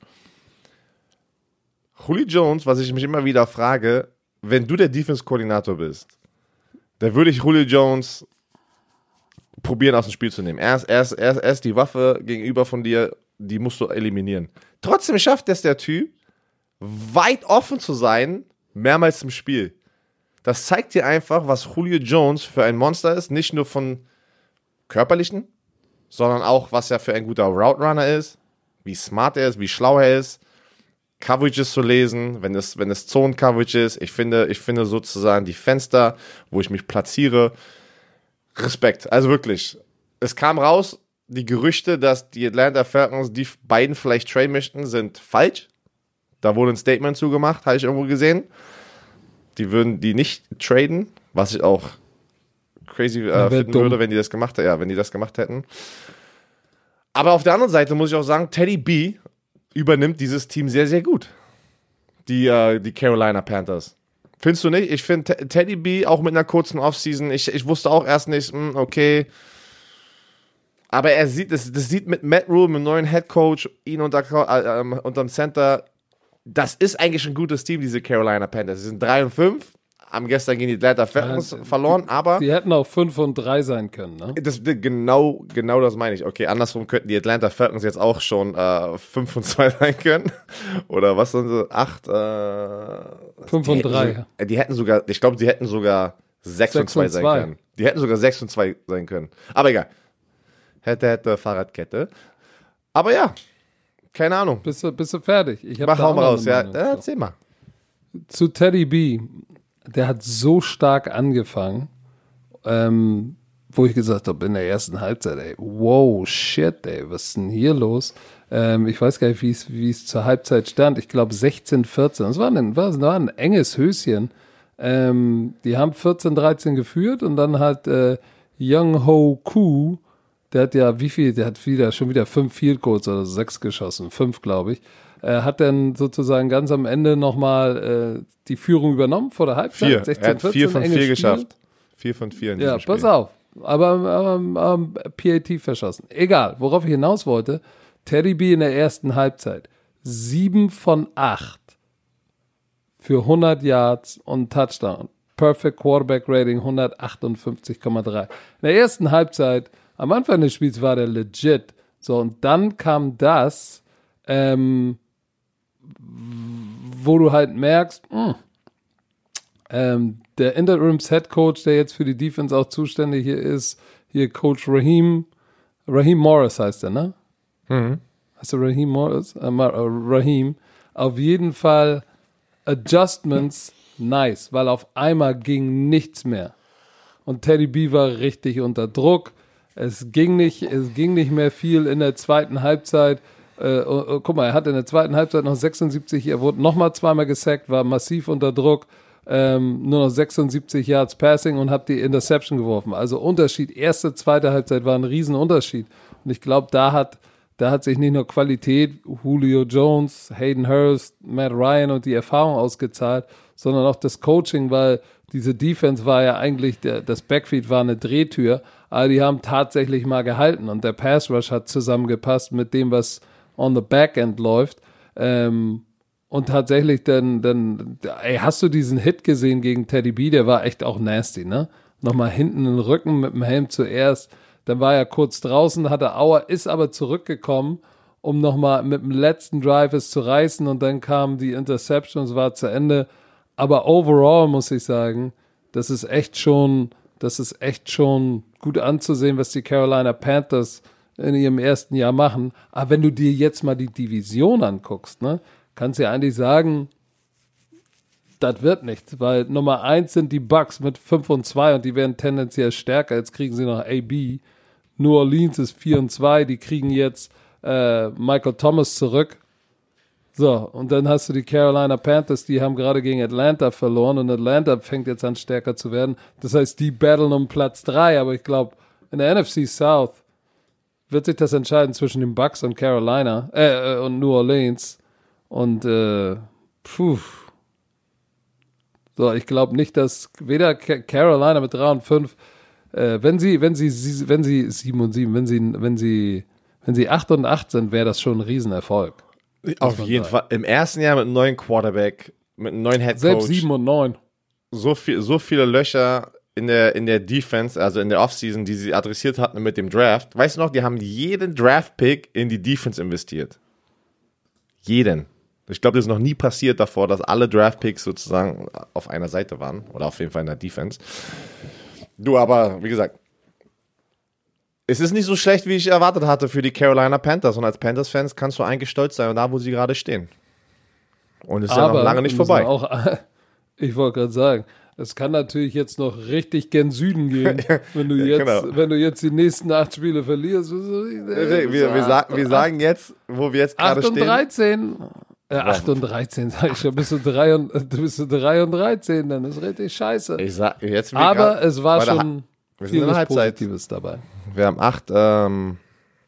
Julio Jones, was ich mich immer wieder frage, wenn du der Defense-Koordinator bist, dann würde ich Julio Jones probieren, aus dem Spiel zu nehmen. Er ist die Waffe gegenüber von dir, die musst du eliminieren. Trotzdem schafft es der Typ, weit offen zu sein, mehrmals im Spiel. Das zeigt dir einfach, was Julio Jones für ein Monster ist, nicht nur von körperlichen, sondern auch, was er für ein guter Route Runner ist, wie smart er ist, wie schlau er ist, Coverages zu lesen, wenn es Zone-Coverage ist. Ich finde sozusagen die Fenster, wo ich mich platziere, Respekt. Also wirklich, es kam raus, die Gerüchte, dass die Atlanta Falcons die beiden vielleicht traden möchten, sind falsch. Da wurde ein Statement zugemacht, habe ich irgendwo gesehen. Die würden die nicht traden, was ich auch crazy finden würde, wenn die das gemacht hätten. Aber auf der anderen Seite muss ich auch sagen, Teddy B übernimmt dieses Team sehr, sehr gut. Die Carolina Panthers. Findest du nicht? Ich finde Teddy B auch mit einer kurzen Offseason, ich wusste auch erst nicht, okay. Aber das sieht mit Matt Rule, mit dem neuen Headcoach, ihn unterm Center, das ist eigentlich ein gutes Team, diese Carolina Panthers. Sie sind 3-5, haben gestern gegen die Atlanta Falcons verloren, aber die hätten auch 5-3 sein können, ne? Genau das meine ich. Okay, andersrum könnten die Atlanta Falcons jetzt auch schon 5-2 sein können. Oder was sind sie? 5-3. Die hätten sogar 6-2 sein können. Die hätten sogar 6-2 sein können. Aber egal. Hätte, Fahrradkette. Aber ja, keine Ahnung. Bist du fertig? Hau mal raus. Ja, erzähl mal. Zu Teddy B. Der hat so stark angefangen, wo ich gesagt habe, in der ersten Halbzeit, ey, wow, shit, ey, was ist denn hier los? Ich weiß gar nicht, wie es zur Halbzeit stand. Ich glaube 16-14. Das war ein enges Höschen. Die haben 14-13 geführt und dann hat Young Ho Koo, der hat ja schon wieder 5 Field Goals oder 6 geschossen, 5 glaube ich. Hat dann sozusagen ganz am Ende nochmal die Führung übernommen vor der Halbzeit. 4. Er hat 4 von 4 geschafft. 4 von 4 in diesem Spiel. Ja, pass auf. Aber PAT verschossen. Egal, worauf ich hinaus wollte. Teddy B in der ersten Halbzeit. 7 von 8 für 100 Yards und Touchdown. Perfect Quarterback Rating 158,3. In der ersten Halbzeit, am Anfang des Spiels war der legit. So, und dann kam das, wo du halt merkst, der Interims Head Coach, der jetzt für die Defense auch zuständig ist, hier Coach Raheem Morris heißt er, ne? Mhm. Heißt der Raheem Morris? Raheem. Auf jeden Fall Adjustments nice, weil auf einmal ging nichts mehr. Und Teddy B war richtig unter Druck. Es ging nicht mehr viel in der zweiten Halbzeit. Guck mal, er hatte in der zweiten Halbzeit noch 76, er wurde nochmal zweimal gesackt, war massiv unter Druck. Nur noch 76 Yards Passing und hat die Interception geworfen. Also Unterschied, erste, zweite Halbzeit war ein Riesenunterschied. Und ich glaube, da hat sich nicht nur Qualität, Julio Jones, Hayden Hurst, Matt Ryan und die Erfahrung ausgezahlt, sondern auch das Coaching, weil diese Defense war ja eigentlich, das Backfield war eine Drehtür, aber die haben tatsächlich mal gehalten und der Pass Rush hat zusammengepasst mit dem, was on the Backend läuft. Und tatsächlich hast du diesen Hit gesehen gegen Teddy B, der war echt auch nasty, ne? Nochmal hinten in den Rücken mit dem Helm zuerst, dann war er kurz draußen, hatte Auer, ist aber zurückgekommen, um nochmal mit dem letzten Drive es zu reißen und dann kam die Interception, es war zu Ende. Aber overall muss ich sagen, das ist echt schon gut anzusehen, was die Carolina Panthers in ihrem ersten Jahr machen. Aber wenn du dir jetzt mal die Division anguckst, ne, kannst du ja eigentlich sagen, das wird nichts, weil Nummer 1 sind die Bucks mit 5-2 und die werden tendenziell stärker. Jetzt kriegen sie noch AB. New Orleans ist 4-2, die kriegen jetzt Michael Thomas zurück. So, und dann hast du die Carolina Panthers, die haben gerade gegen Atlanta verloren und Atlanta fängt jetzt an stärker zu werden. Das heißt, die battlen um Platz 3, aber ich glaube, in der NFC South wird sich das entscheiden zwischen den Bucks und Carolina, und New Orleans. Und, So, ich glaube nicht, dass weder Carolina mit 3 und 5, wenn sie 7 und 7, wenn sie 8 und 8 sind, wäre das schon ein Riesenerfolg. Auf jeden Fall. Im ersten Jahr mit einem neuen Quarterback, mit einem neuen Headcoach. Selbst 7 und 9. So viele Löcher in der Defense, also in der Offseason, die sie adressiert hatten mit dem Draft. Weißt du noch, die haben jeden Draft-Pick in die Defense investiert. Jeden. Ich glaube, das ist noch nie passiert davor, dass alle Draft-Picks sozusagen auf einer Seite waren. Oder auf jeden Fall in der Defense. Du, aber, wie gesagt, es ist nicht so schlecht, wie ich erwartet hatte für die Carolina Panthers. Und als Panthers-Fans kannst du eigentlich stolz sein, da wo sie gerade stehen. Und es ist ja noch lange nicht vorbei. Ich wollte gerade sagen, es kann natürlich jetzt noch richtig gen Süden gehen, wenn du jetzt die nächsten 8 Spiele verlierst. Wir sagen jetzt, wo wir jetzt gerade stehen. 8 und 13, sag ich schon, bist du 3 und 13, dann ist richtig scheiße. Aber es war schon vieles Positives dabei. Wir haben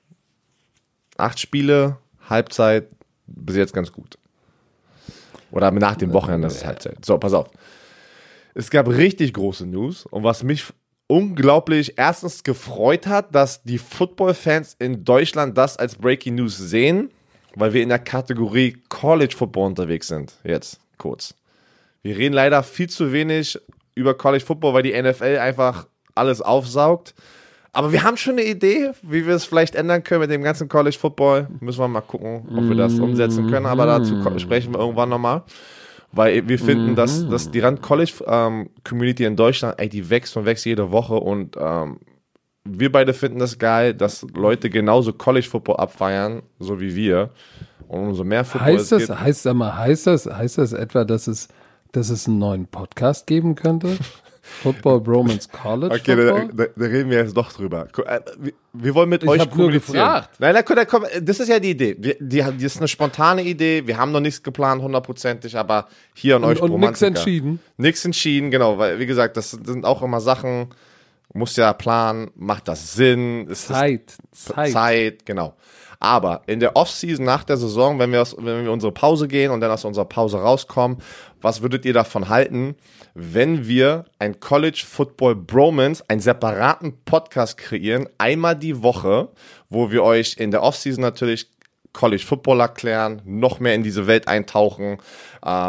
8 Spiele, Halbzeit, bis jetzt ganz gut. Oder nach dem Wochenende ist es Halbzeit. So, pass auf. Es gab richtig große News und was mich unglaublich erstens gefreut hat, dass die Football-Fans in Deutschland das als Breaking News sehen, weil wir in der Kategorie College Football unterwegs sind. Jetzt, kurz. Wir reden leider viel zu wenig über College Football, weil die NFL einfach alles aufsaugt. Aber wir haben schon eine Idee, wie wir es vielleicht ändern können mit dem ganzen College Football. Müssen wir mal gucken, ob wir das umsetzen können. Aber dazu sprechen wir irgendwann nochmal. Weil wir finden, dass die Rand-College-Community in Deutschland, die wächst und wächst jede Woche. Und wir beide finden das geil, dass Leute genauso College-Football abfeiern, so wie wir. Und umso mehr Football heißt das etwa, dass es einen neuen Podcast geben könnte? Football Bromance College Okay, da reden wir jetzt doch drüber. Wir wollen mit euch kommunizieren. Gefragt. Nein, komm, das ist ja die Idee. Das ist eine spontane Idee. Wir haben noch nichts geplant, 100%, aber hier an euch und nichts entschieden. Nichts entschieden, genau. Weil, wie gesagt, das sind auch immer Sachen, muss ja planen, macht das Sinn? Zeit, genau. Aber in der Offseason nach der Saison, wenn wir unsere Pause gehen und dann aus unserer Pause rauskommen, was würdet ihr davon halten, wenn wir ein College Football Bromance, einen separaten Podcast kreieren, einmal die Woche, wo wir euch in der Offseason natürlich College Football erklären, noch mehr in diese Welt eintauchen,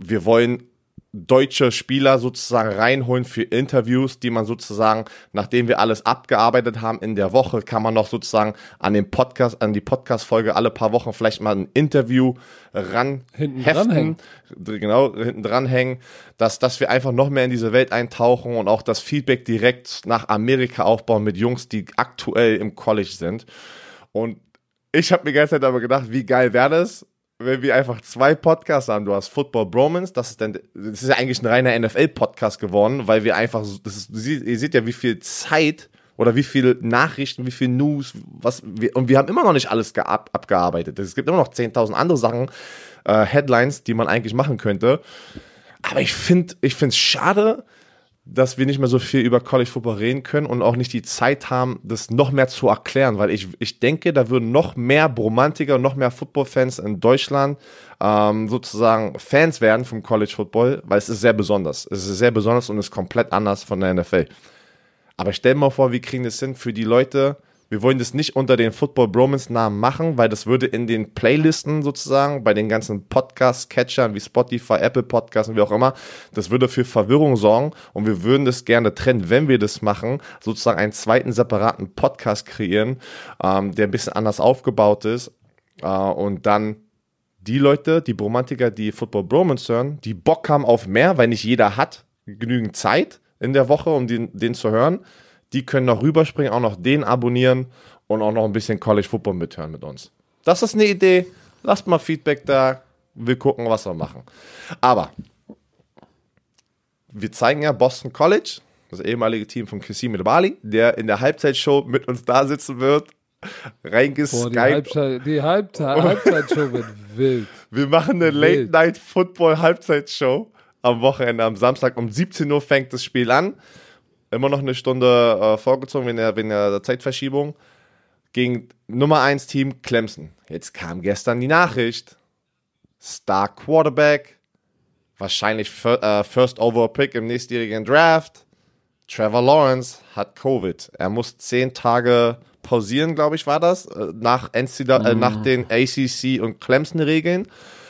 wir wollen deutsche Spieler sozusagen reinholen für Interviews, die man sozusagen, nachdem wir alles abgearbeitet haben in der Woche, kann man noch sozusagen an die Podcast-Folge alle paar Wochen vielleicht mal ein Interview Hinten dranhängen. Genau, hinten dranhängen, dass wir einfach noch mehr in diese Welt eintauchen und auch das Feedback direkt nach Amerika aufbauen mit Jungs, die aktuell im College sind. Und ich habe mir die ganze Zeit aber gedacht, wie geil wäre das, wenn wir einfach 2 Podcasts haben. Du hast Football Bromance, das ist ja eigentlich ein reiner NFL-Podcast geworden, weil wir einfach, ihr seht ja, wie viel Zeit oder wie viel Nachrichten, wie viel News, und wir haben immer noch nicht alles abgearbeitet. Es gibt immer noch 10.000 andere Sachen, Headlines, die man eigentlich machen könnte. Aber ich finde es schade, dass wir nicht mehr so viel über College Football reden können und auch nicht die Zeit haben, das noch mehr zu erklären, weil ich denke, da würden noch mehr Bromantiker und noch mehr Football-Fans in Deutschland sozusagen Fans werden vom College Football, weil es ist sehr besonders. Es ist sehr besonders und ist komplett anders von der NFL. Aber stell dir mal vor, wir kriegen das hin für die Leute. Wir wollen das nicht unter den Football Bromance Namen machen, weil das würde in den Playlisten sozusagen, bei den ganzen Podcast-Catchern wie Spotify, Apple Podcasts und wie auch immer, das würde für Verwirrung sorgen und wir würden das gerne trennen, wenn wir das machen, sozusagen einen zweiten separaten Podcast kreieren, der ein bisschen anders aufgebaut ist und dann die Leute, die Bromantiker, die Football Bromance hören, die Bock haben auf mehr, weil nicht jeder hat genügend Zeit in der Woche, um den zu hören. Die können noch rüberspringen, auch noch den abonnieren und auch noch ein bisschen College Football mithören mit uns. Das ist eine Idee. Lasst mal Feedback da. Wir gucken, was wir machen. Aber wir zeigen ja Boston College, das ehemalige Team von Kassim Edebali, der in der Halbzeitshow mit uns da sitzen wird. Reingeskypt. Die Halbzeitshow wird wild. Wir machen eine Late-Night-Football-Halbzeitshow am Wochenende, am Samstag. Um 17 Uhr fängt das Spiel an. Immer noch eine Stunde vorgezogen wegen der Zeitverschiebung. Gegen Nummer 1 Team Clemson. Jetzt kam gestern die Nachricht. Star Quarterback. Wahrscheinlich First Overall Pick im nächstjährigen Draft. Trevor Lawrence hat Covid. Er muss 10 Tage pausieren, glaube ich, war das. Nach den ACC und Clemson-Regeln.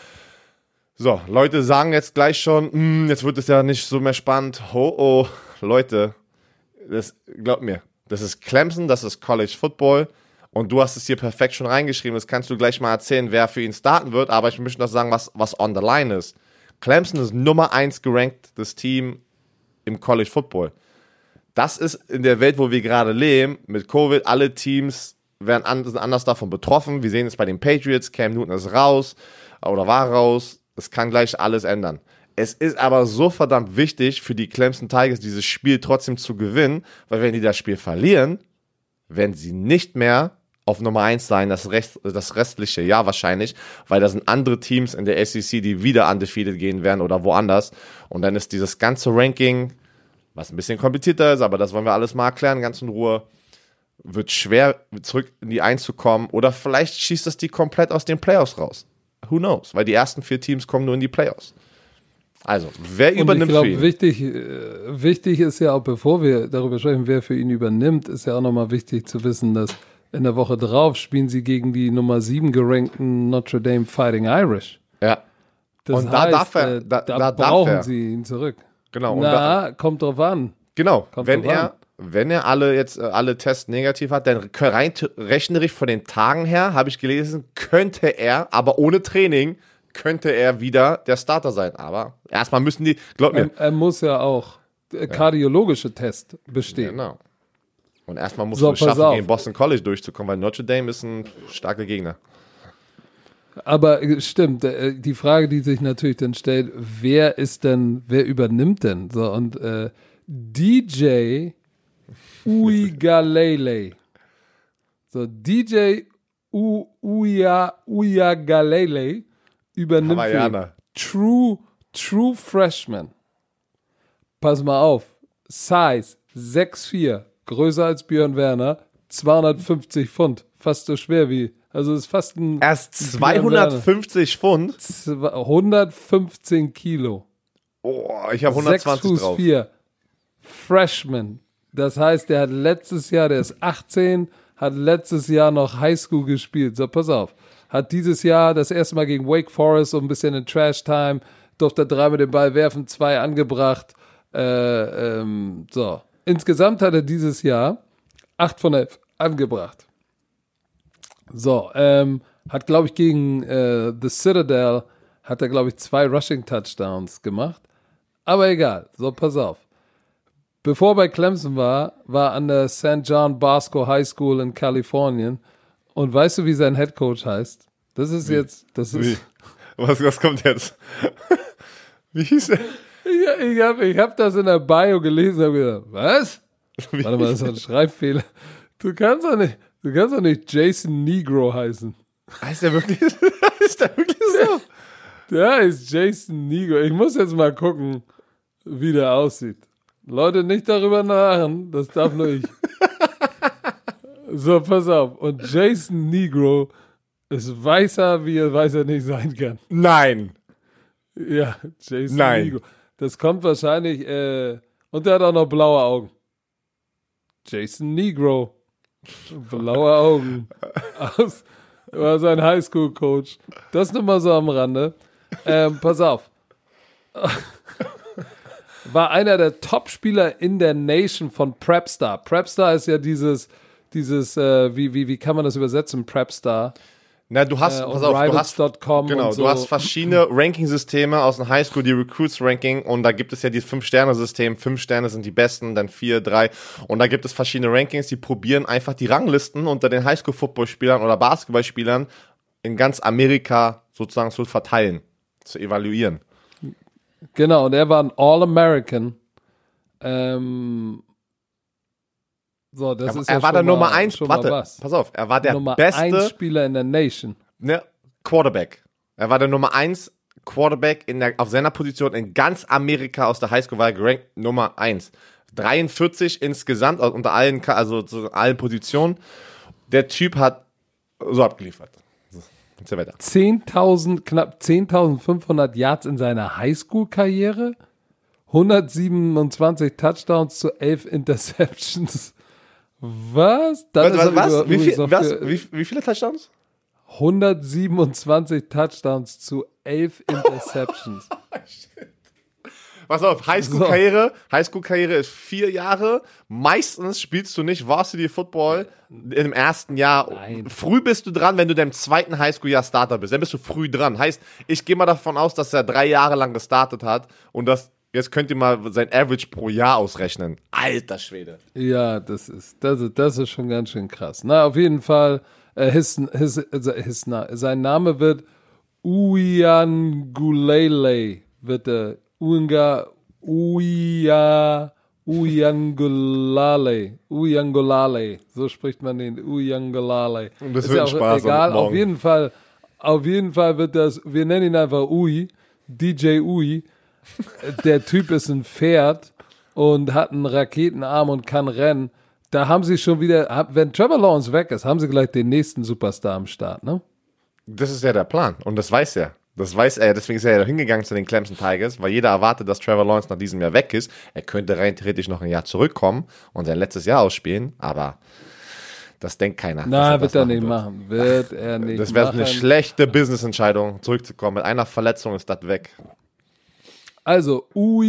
So, Leute sagen jetzt gleich schon, jetzt wird es ja nicht so mehr spannend. Oh, Leute. Glaub mir, das ist Clemson, das ist College Football und du hast es hier perfekt schon reingeschrieben, das kannst du gleich mal erzählen, wer für ihn starten wird, aber ich möchte noch sagen, was on the line ist. Clemson ist Nummer 1 gerankt, das Team im College Football. Das ist in der Welt, wo wir gerade leben, mit Covid, alle Teams sind anders davon betroffen. Wir sehen es bei den Patriots, Cam Newton ist raus oder war raus, es kann gleich alles ändern. Es ist aber so verdammt wichtig für die Clemson Tigers, dieses Spiel trotzdem zu gewinnen, weil wenn die das Spiel verlieren, werden sie nicht mehr auf Nummer 1 sein, das restliche Jahr wahrscheinlich, weil da sind andere Teams in der SEC, die wieder undefeated gehen werden oder woanders. Und dann ist dieses ganze Ranking, was ein bisschen komplizierter ist, aber das wollen wir alles mal erklären, ganz in Ruhe, wird schwer, zurück in die 1 zu kommen oder vielleicht schießt es die komplett aus den Playoffs raus. Who knows? Weil die ersten 4 Teams kommen nur in die Playoffs. Also, wer übernimmt für ihn? Wichtig ist ja auch, bevor wir darüber sprechen, wer für ihn übernimmt, ist ja auch nochmal wichtig zu wissen, dass in der Woche drauf spielen sie gegen die Nummer 7 gerankten Notre Dame Fighting Irish. Ja. Das und heißt, da brauchen sie ihn zurück. Genau. Kommt drauf an. Genau. Wenn er alle Tests negativ hat, dann rein rechnerisch von den Tagen her, habe ich gelesen, könnte er, aber ohne Training, könnte er wieder der Starter sein. Aber erstmal müssen die, glaub mir. Er muss ja auch kardiologische Test bestehen. Genau. Und erstmal musst du es schaffen, gegen Boston College durchzukommen, weil Notre Dame ist ein starker Gegner. Aber stimmt, die Frage, die sich natürlich dann stellt, wer übernimmt denn? So, und DJ Uiagalelei. So, DJ Uiagalelei übernimmt True Freshman. Pass mal auf. Size 6'4", größer als Björn Werner, 250 Pfund. Fast so schwer wie, also ist fast ein... Erst 250 Pfund? 115 Kilo. Oh, ich habe 120 drauf. 6'4", Freshman. Das heißt, der ist 18, hat letztes Jahr noch Highschool gespielt. So, pass auf. Hat dieses Jahr das erste Mal gegen Wake Forest so ein bisschen in Trash-Time durfte 3 mit dem Ball werfen, 2 angebracht. So. Insgesamt hat er dieses Jahr 8 von 11 angebracht. So, hat, glaube ich, gegen The Citadel hat er, glaube ich, 2 Rushing-Touchdowns gemacht. Aber egal, so, pass auf. Bevor er bei Clemson war an der St. John Bosco High School in Kalifornien. Und weißt du, wie sein Headcoach heißt? Das ist jetzt, das ist... Was kommt jetzt? Wie hieß er? Ich hab das in der Bio gelesen und habe gedacht, was? Warte mal, das ist ein Schreibfehler. Du kannst doch nicht Jason Negro heißen. Heißt der wirklich? Ist der wirklich so? Der ist Jason Negro. Ich muss jetzt mal gucken, wie der aussieht. Leute, nicht darüber nachdenken, das darf nur ich. So, pass auf. Und Jason Negro ist weißer, wie er weißer nicht sein kann. Nein. Ja, Jason Negro. Das kommt wahrscheinlich, und der hat auch noch blaue Augen. Jason Negro. Blaue Augen. War sein Highschool-Coach. Das nur mal so am Rande. Pass auf. War einer der Top-Spieler in der Nation von Prepstar. Prepstar ist ja dieses wie kann man das übersetzen, Prepstar? Na, du hast, pass auf, du hast verschiedene Ranking-Systeme aus dem Highschool, die Recruits-Ranking, und da gibt es ja dieses 5-Sterne-System, 5 Sterne sind die besten, dann 4, 3, und da gibt es verschiedene Rankings, die probieren einfach die Ranglisten unter den Highschool-Football-Spielern oder Basketballspielern in ganz Amerika sozusagen zu verteilen, zu evaluieren. Genau, und er war ein All-American. So, das ist er war der Nummer 1, pass auf, er war der Nummer beste 1 Spieler in der Nation. Ne, Quarterback. Er war der Nummer 1 Quarterback auf seiner Position in ganz Amerika aus der Highschool, war er gerankt Nummer 1. 43 insgesamt, also unter allen, also zu allen Positionen. Der Typ hat so abgeliefert. So weiter. Knapp 10.500 Yards in seiner Highschool-Karriere, 127 Touchdowns zu 11 Interceptions. Was? Was? Wie viele Touchdowns? 127 Touchdowns zu 11 Interceptions. Pass auf, Highschool-Karriere ist 4 Jahre. Meistens spielst du nicht Varsity Football im ersten Jahr. Nein. Früh bist du dran, wenn du im zweiten Highschool-Jahr Starter bist. Dann bist du früh dran. Heißt, ich gehe mal davon aus, dass er 3 Jahre lang gestartet hat und jetzt könnt ihr mal sein Average pro Jahr ausrechnen. Alter Schwede. Ja, das ist schon ganz schön krass. Na, auf jeden Fall, sein Name wird Uiagalelei, Uiagalelei, so spricht man den, Uiagalelei. Und das ist wird ja ein Spaß egal, auf jeden Fall wird das, wir nennen ihn einfach Ui, DJ Ui. Der Typ ist ein Pferd und hat einen Raketenarm und kann rennen. Da haben sie schon wieder, wenn Trevor Lawrence weg ist, haben sie gleich den nächsten Superstar am Start, ne? Das ist ja der Plan und das weiß er. Deswegen ist er ja hingegangen zu den Clemson Tigers, weil jeder erwartet, dass Trevor Lawrence nach diesem Jahr weg ist. Er könnte rein theoretisch noch ein Jahr zurückkommen und sein letztes Jahr ausspielen, aber das denkt keiner. Na, wird er nicht machen. Das wäre eine schlechte Business-Entscheidung, zurückzukommen. Mit einer Verletzung ist das weg. Also,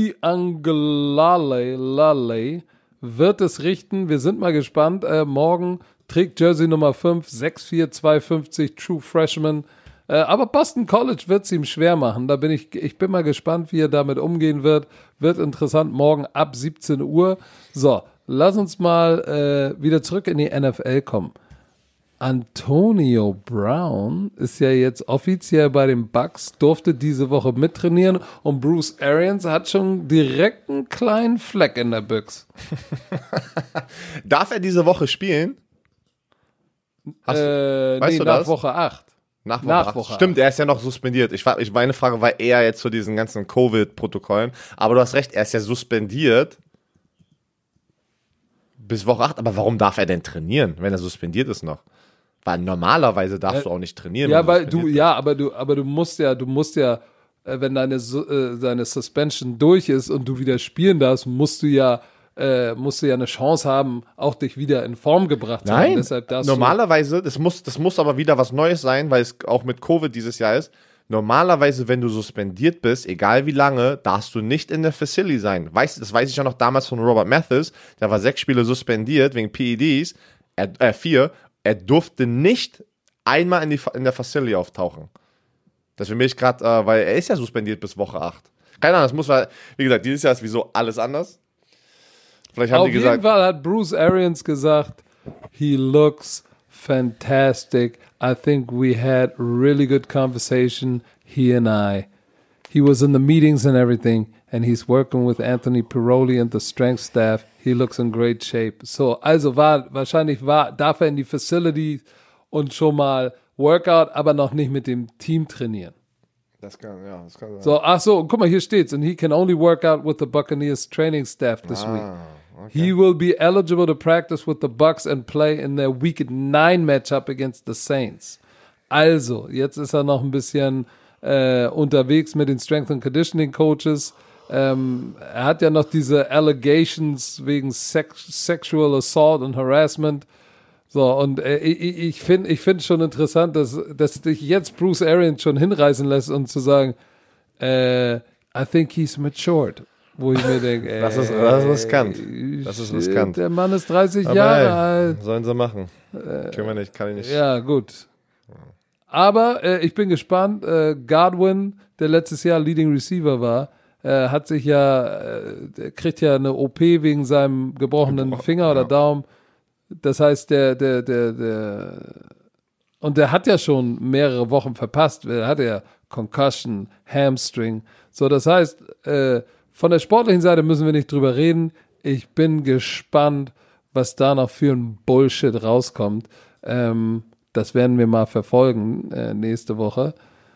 Uiagalelei wird es richten. Wir sind mal gespannt. Morgen trägt Jersey Nummer 5, 6'4", 250, True Freshman. Aber Boston College wird es ihm schwer machen. Ich bin mal gespannt, wie er damit umgehen wird. Wird interessant, morgen ab 17 Uhr. So, lass uns mal wieder zurück in die NFL kommen. Antonio Brown ist ja jetzt offiziell bei den Bucks, durfte diese Woche mittrainieren und Bruce Arians hat schon direkt einen kleinen Fleck in der Büchse. Darf er diese Woche spielen? Weißt du nach das? Woche 8. Nach Woche 8. Stimmt, er ist ja noch suspendiert. Meine Frage war eher jetzt zu diesen ganzen Covid-Protokollen. Aber du hast recht, er ist ja suspendiert bis Woche 8. Aber warum darf er denn trainieren, wenn er suspendiert ist noch? Weil normalerweise darfst du auch nicht trainieren. Ja, aber du musst ja, wenn deine Suspension durch ist und du wieder spielen darfst, musst du ja eine Chance haben, auch dich wieder in Form gebracht zu haben. Deshalb normalerweise, das muss aber wieder was Neues sein, weil es auch mit Covid dieses Jahr ist. normalerweise, wenn du suspendiert bist, egal wie lange, darfst du nicht in der Facility sein. Das weiß ich ja noch damals von Robert Mathis, der war 6 Spiele suspendiert wegen PEDs, 4, er durfte nicht einmal in der Facility auftauchen. Das für mich gerade, weil er ist ja suspendiert bis Woche 8. Keine Ahnung, das muss, wie gesagt, dieses Jahr ist wieso alles anders. Vielleicht haben Auf die gesagt, jeden Fall hat Bruce Arians gesagt, he looks fantastic. I think we had really good conversation, he and I. He was in the meetings and everything, and he's working with Anthony Piroli and the strength staff. He looks in great shape. So, also darf er in die Facility und schon mal Workout, aber noch nicht mit dem Team trainieren. das kann sein. So, guck mal, hier steht's. And he can only work out with the Buccaneers training staff this week. Okay. He will be eligible to practice with the Bucs and play in their Week 9 Matchup against the Saints. Also, jetzt ist er noch ein bisschen unterwegs mit den Strength and Conditioning Coaches. Er hat ja noch diese Allegations wegen Sexual Assault und Harassment. So, und ich finde schon interessant, dass dich jetzt Bruce Arians schon hinreißen lässt und zu sagen, I think he's matured. Wo ich mir denke, das ist riskant. Das ist riskant. Der Mann ist 30 Jahre alt. Sollen sie machen. Können wir nicht, kann ich nicht. Ja, gut. Aber ich bin gespannt. Godwin, der letztes Jahr Leading Receiver war, kriegt ja eine OP wegen seinem gebrochenen Finger oder Daumen. Das heißt, und der hat ja schon mehrere Wochen verpasst. Er hatte ja Concussion, Hamstring. So, das heißt, von der sportlichen Seite müssen wir nicht drüber reden. Ich bin gespannt, was da noch für ein Bullshit rauskommt. Das werden wir mal verfolgen nächste Woche.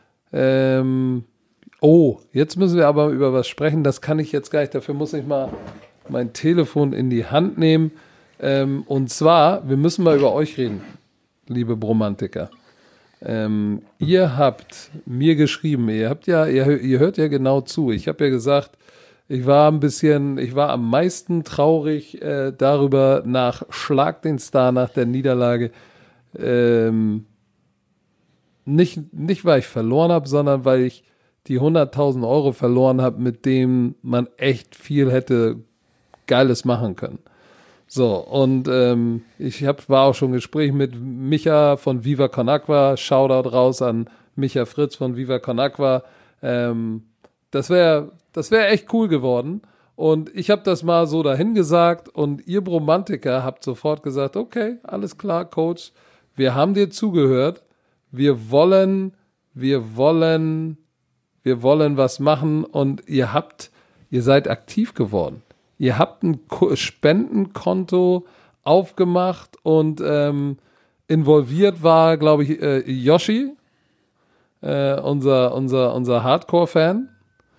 Jetzt müssen wir aber über was sprechen. Das kann ich jetzt gar nicht. Dafür muss ich mal mein Telefon in die Hand nehmen. Und zwar, wir müssen mal über euch reden, liebe Bromantiker. Ihr habt mir geschrieben, ihr hört ja genau zu. Ich habe ja gesagt, ich war am meisten traurig darüber nach Schlag den Star, nach der Niederlage. Nicht weil ich verloren habe, sondern weil ich die 100.000 € verloren habe, mit dem man echt viel hätte Geiles machen können. So, und war auch schon im Gespräch mit Micha von Viva Con Agua. Shoutout raus an Micha Fritz von Viva Con Agua. Das wäre echt cool geworden. Und ich habe das mal so dahin gesagt und ihr Bromantiker habt sofort gesagt, okay, alles klar, Coach, wir haben dir zugehört. Wir wollen was machen und ihr seid aktiv geworden. Ihr habt ein Spendenkonto aufgemacht und involviert war, glaube ich, Yoshi, unser Hardcore-Fan.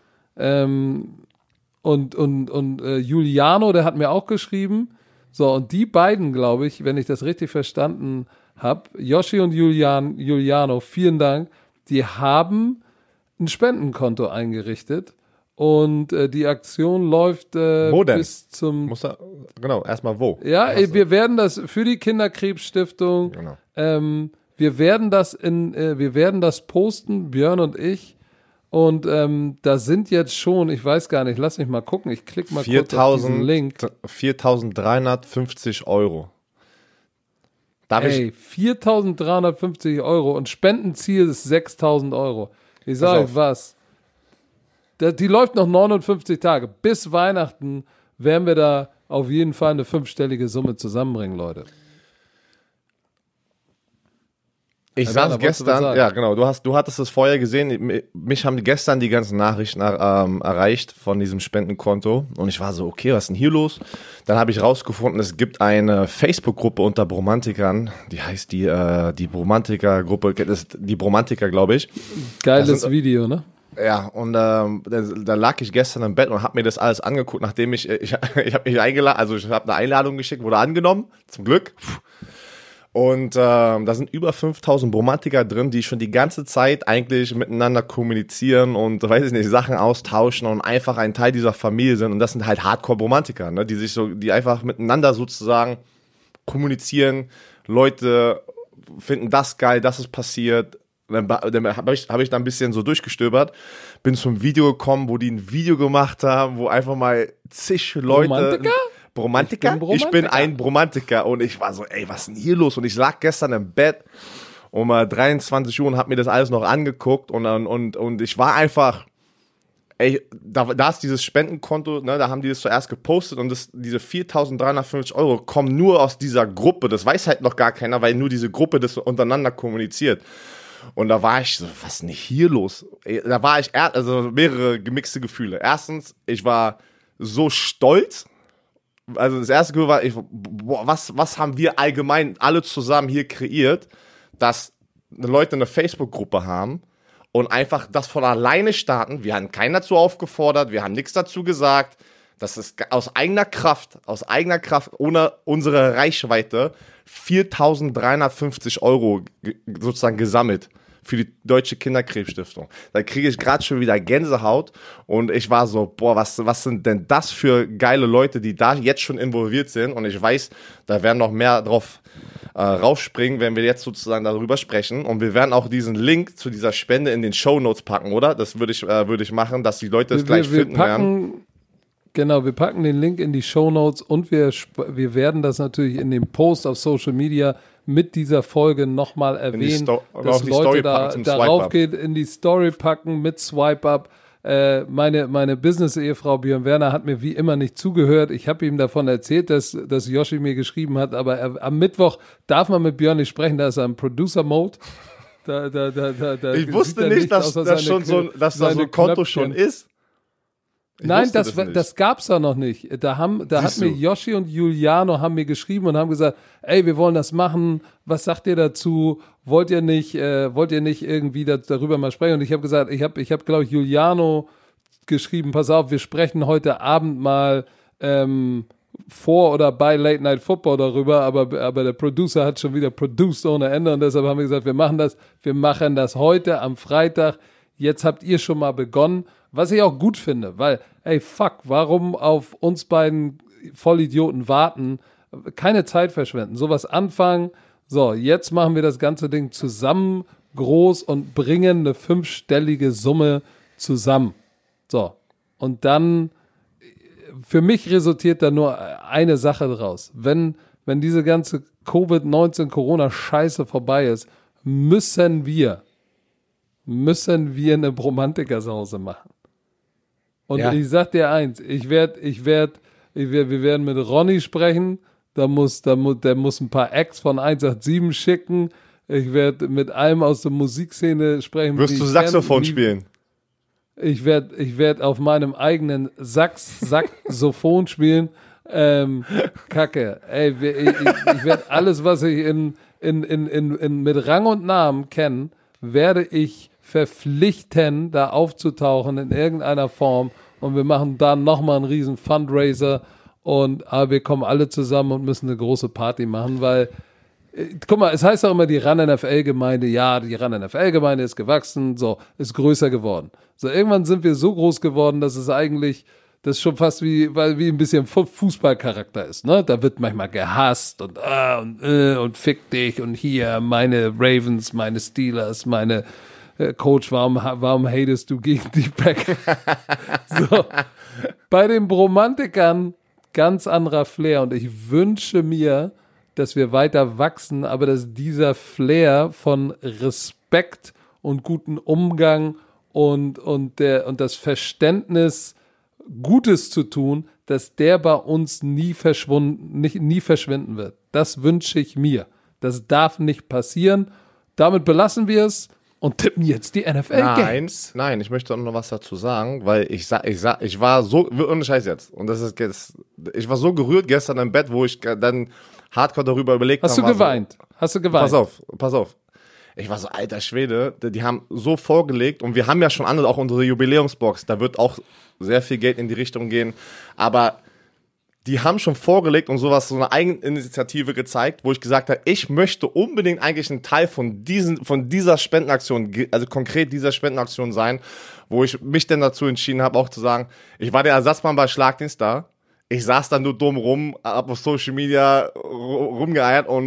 Und Juliano, der hat mir auch geschrieben. So, und die beiden, glaube ich, wenn ich das richtig verstanden habe, Yoshi und Juliano, vielen Dank, die haben ein Spendenkonto eingerichtet. Und die Aktion läuft bis zum... erstmal wo? Ja, wir werden das für die Kinderkrebsstiftung, genau. Wir werden das posten, Björn und ich. Und da sind jetzt schon, ich weiß gar nicht, lass mich mal gucken, ich klicke mal kurz auf diesen Link. 4.350 €. 4.350 € und Spendenziel ist 6.000 €. Ich sage euch was. Die läuft noch 59 Tage. Bis Weihnachten werden wir da auf jeden Fall eine 5-stellige Summe zusammenbringen, Leute. Ich saß gestern, ja genau, du hattest es vorher gesehen, mich haben gestern die ganzen Nachrichten erreicht von diesem Spendenkonto und ich war so, okay, was ist denn hier los? Dann habe ich rausgefunden, es gibt eine Facebook-Gruppe unter Bromantikern, die heißt die Bromantiker-Gruppe, die Bromantiker, glaube ich. Geiles Video, ne? Ja, und da lag ich gestern im Bett und habe mir das alles angeguckt, nachdem ich habe mich eingeladen, also ich habe eine Einladung geschickt, wurde angenommen, zum Glück. Und da sind über 5.000 Bromantiker drin, die schon die ganze Zeit eigentlich miteinander kommunizieren und, weiß ich nicht, Sachen austauschen und einfach ein Teil dieser Familie sind. Und das sind halt Hardcore-Bromantiker, ne? Die einfach miteinander sozusagen kommunizieren. Leute finden das geil, dass es passiert. Dann habe ich da ein bisschen so durchgestöbert, bin zum Video gekommen, wo die ein Video gemacht haben, wo einfach mal zig Leute... Bromantiker? Ich bin ein Bromantiker und ich war so, ey, was ist denn hier los? Und ich lag gestern im Bett um 23 Uhr und hab mir das alles noch angeguckt und ich war einfach, ey, da ist dieses Spendenkonto, ne, da haben die das zuerst gepostet und diese 4.350 Euro kommen nur aus dieser Gruppe, das weiß halt noch gar keiner, weil nur diese Gruppe das untereinander kommuniziert. Und da war ich so, was ist denn hier los? Ey, da war ich, also mehrere gemixte Gefühle. Erstens, ich war so stolz. Also das erste Gefühl war, boah, was haben wir allgemein alle zusammen hier kreiert, dass Leute eine Facebook-Gruppe haben und einfach das von alleine starten. Wir haben keinen dazu aufgefordert, wir haben nichts dazu gesagt. Das ist aus eigener Kraft, ohne unsere Reichweite, 4.350 Euro sozusagen gesammelt für die Deutsche Kinderkrebsstiftung. Da kriege ich gerade schon wieder Gänsehaut und ich war so, boah, was sind denn das für geile Leute, die da jetzt schon involviert sind, und ich weiß, da werden noch mehr drauf rausspringen, wenn wir jetzt sozusagen darüber sprechen, und wir werden auch diesen Link zu dieser Spende in den Shownotes packen, oder? Das würde ich machen, dass die Leute es gleich finden werden. Genau, wir packen den Link in die Shownotes und wir werden das natürlich in dem Post auf Social Media mit dieser Folge nochmal erwähnen, dass Leute darauf geht, in die Story packen mit Swipe-Up. Meine Business-Ehefrau Björn Werner hat mir wie immer nicht zugehört. Ich habe ihm davon erzählt, dass Yoshi mir geschrieben hat, aber am Mittwoch darf man mit Björn nicht sprechen, da ist er im Producer-Mode. Ich wusste nicht, dass da so ein Konto schon ist. Nein, das gab's da noch nicht. Da hat mir Yoshi und Juliano haben mir geschrieben und haben gesagt, ey, wir wollen das machen. Was sagt ihr dazu? Wollt ihr nicht irgendwie darüber mal sprechen? Und ich habe gesagt, ich habe glaube ich Juliano geschrieben, pass auf, wir sprechen heute Abend mal vor oder bei Late Night Football darüber, aber der Producer hat schon wieder produced ohne Ende und deshalb haben wir gesagt, wir machen das heute am Freitag. Jetzt habt ihr schon mal begonnen. Was ich auch gut finde, weil, ey, fuck, warum auf uns beiden Vollidioten warten? Keine Zeit verschwenden, sowas anfangen. So, jetzt machen wir das ganze Ding zusammen groß und bringen eine 5-stellige Summe zusammen. So, und dann, für mich resultiert da nur eine Sache draus. Wenn diese ganze Covid-19-Corona-Scheiße vorbei ist, müssen wir eine Bromantiker-Sause machen. Und ich sag dir eins, wir werden mit Ronny sprechen, der muss ein paar Acts von 187 schicken, ich werde mit allem aus der Musikszene sprechen. Wirst du Saxophon spielen? Ich werd auf meinem eigenen Saxophon spielen. Kacke. Ey, ich werde alles, was ich mit Rang und Namen kenne, werde ich verpflichten, da aufzutauchen in irgendeiner Form, und wir machen dann nochmal einen riesen Fundraiser aber wir kommen alle zusammen und müssen eine große Party machen, weil, guck mal, es heißt auch immer die RAN-NFL-Gemeinde, ja, die RAN-NFL-Gemeinde ist gewachsen, so, ist größer geworden. So, irgendwann sind wir so groß geworden, dass es eigentlich, das schon fast wie ein bisschen Fußballcharakter ist, ne? Da wird manchmal gehasst und fick dich und hier meine Ravens, meine Steelers, meine Coach, warum hatest du gegen die Packers? So. Bei den Bromantikern ganz anderer Flair, und ich wünsche mir, dass wir weiter wachsen, aber dass dieser Flair von Respekt und guten Umgang und das Verständnis, Gutes zu tun, dass der bei uns nie verschwinden wird. Das wünsche ich mir. Das darf nicht passieren. Damit belassen wir es und tippen jetzt die NFL-Games. Nein, ich möchte auch noch was dazu sagen, weil ich war so, ohne Scheiß jetzt, und ich war so gerührt gestern im Bett, wo ich dann hardcore darüber überlegt habe. Hast du geweint? Pass auf. Ich war so, alter Schwede, die haben so vorgelegt, und wir haben ja schon auch unsere Jubiläumsbox, da wird auch sehr viel Geld in die Richtung gehen, aber die haben schon vorgelegt und so eine Eigeninitiative gezeigt, wo ich gesagt habe, ich möchte unbedingt eigentlich ein Teil von dieser Spendenaktion, also konkret dieser Spendenaktion sein, wo ich mich dann dazu entschieden habe, auch zu sagen, ich war der Ersatzmann bei Schlagdienst da, ich saß dann nur dumm rum, hab auf Social Media rumgeeiert und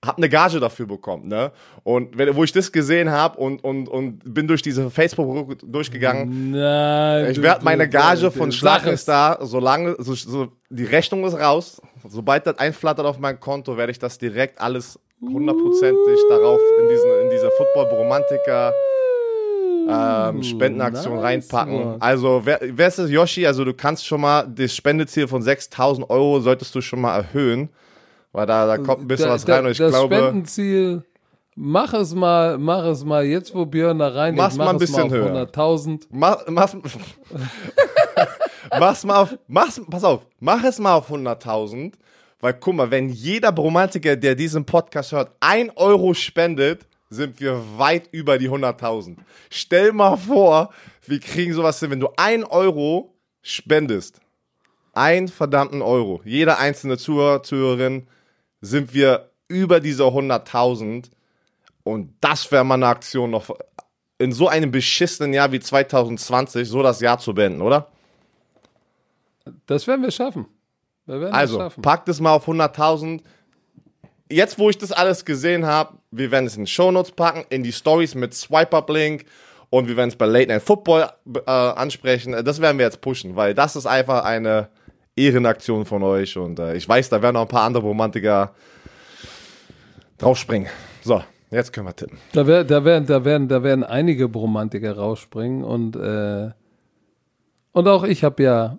hab eine Gage dafür bekommen, ne? Und wo ich das gesehen habe und bin durch diese Facebook durchgegangen, Nein. ich werde meine Gage von Schlag ist da, solange die Rechnung ist raus, sobald das einflattert auf mein Konto, werde ich das direkt alles 100%ig darauf in diese Football-Bromantiker Spendenaktion reinpacken. Mann. Also, wer ist es, Yoshi? Also, du kannst schon mal das Spendeziel von 6.000 Euro solltest du schon mal erhöhen, weil da kommt ein bisschen was rein und ich das glaube... Spendenziel, mach es mal, jetzt wo Björn da rein Mach's mal ein bisschen höher. 100.000. Mach es mal auf 100.000, weil guck mal, wenn jeder Bromantiker, der diesen Podcast hört, 1 Euro spendet, sind wir weit über die 100.000. Stell mal vor, wir kriegen sowas hin, wenn du 1 Euro spendest. 1 verdammten Euro. Jeder einzelne Zuhörer, Zuhörerin, sind wir über diese 100.000. Und das wäre mal eine Aktion noch in so einem beschissenen Jahr wie 2020, so das Jahr zu beenden, oder? Das werden wir schaffen. Also, packt es mal auf 100.000. Jetzt, wo ich das alles gesehen habe, wir werden es in die Shownotes packen, in die Stories mit Swipe-Up-Link und wir werden es bei Late Night Football ansprechen. Das werden wir jetzt pushen, weil das ist einfach eine Ehrenaktion von euch und ich weiß, da werden noch ein paar andere Romantiker draufspringen. So, jetzt können wir tippen. Da werden einige Bromantiker rausspringen und auch ich habe ja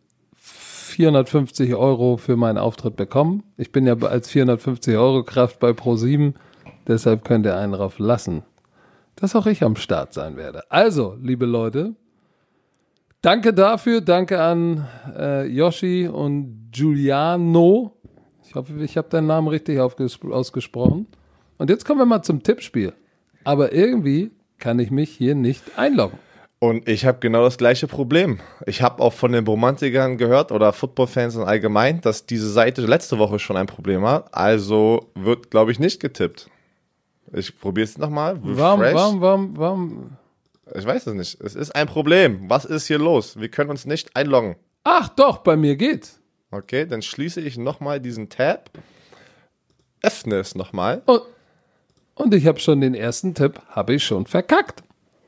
450 Euro für meinen Auftritt bekommen. Ich bin ja als 450 Euro Kraft bei Pro7, deshalb könnt ihr einen drauf lassen, dass auch ich am Start sein werde. Also, liebe Leute, danke dafür, danke an Yoshi und Giuliano. Ich hoffe, ich habe deinen Namen richtig ausgesprochen. Und jetzt kommen wir mal zum Tippspiel. Aber irgendwie kann ich mich hier nicht einloggen. Und ich habe genau das gleiche Problem. Ich habe auch von den Bromantikern gehört oder Footballfans im Allgemeinen, dass diese Seite letzte Woche schon ein Problem hat. Also wird, glaube ich, nicht getippt. Ich probiere es nochmal. Warum? Ich weiß es nicht. Es ist ein Problem. Was ist hier los? Wir können uns nicht einloggen. Ach doch, bei mir geht's. Okay, dann schließe ich nochmal diesen Tab. Öffne es nochmal. Und ich habe schon den ersten Tipp, habe ich schon verkackt.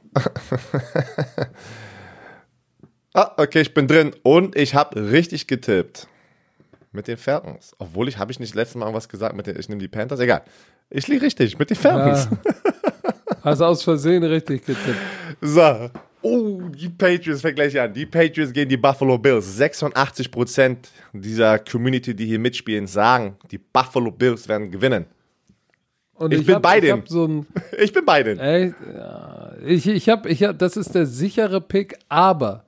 Okay, ich bin drin und ich habe richtig getippt. Mit den Falcons. Obwohl habe ich nicht letztes Mal was gesagt ich nehme die Panthers. Egal. Ich liege richtig mit den Falcons. Ja, hast aus Versehen richtig getippt. So. Oh, die Patriots, fängt gleich an. Die Patriots gegen die Buffalo Bills. 86% dieser Community, die hier mitspielen, sagen, die Buffalo Bills werden gewinnen. Und ich bin bei denen. Ich bin bei denen. Echt? Ja. Ich hab, das ist der sichere Pick, aber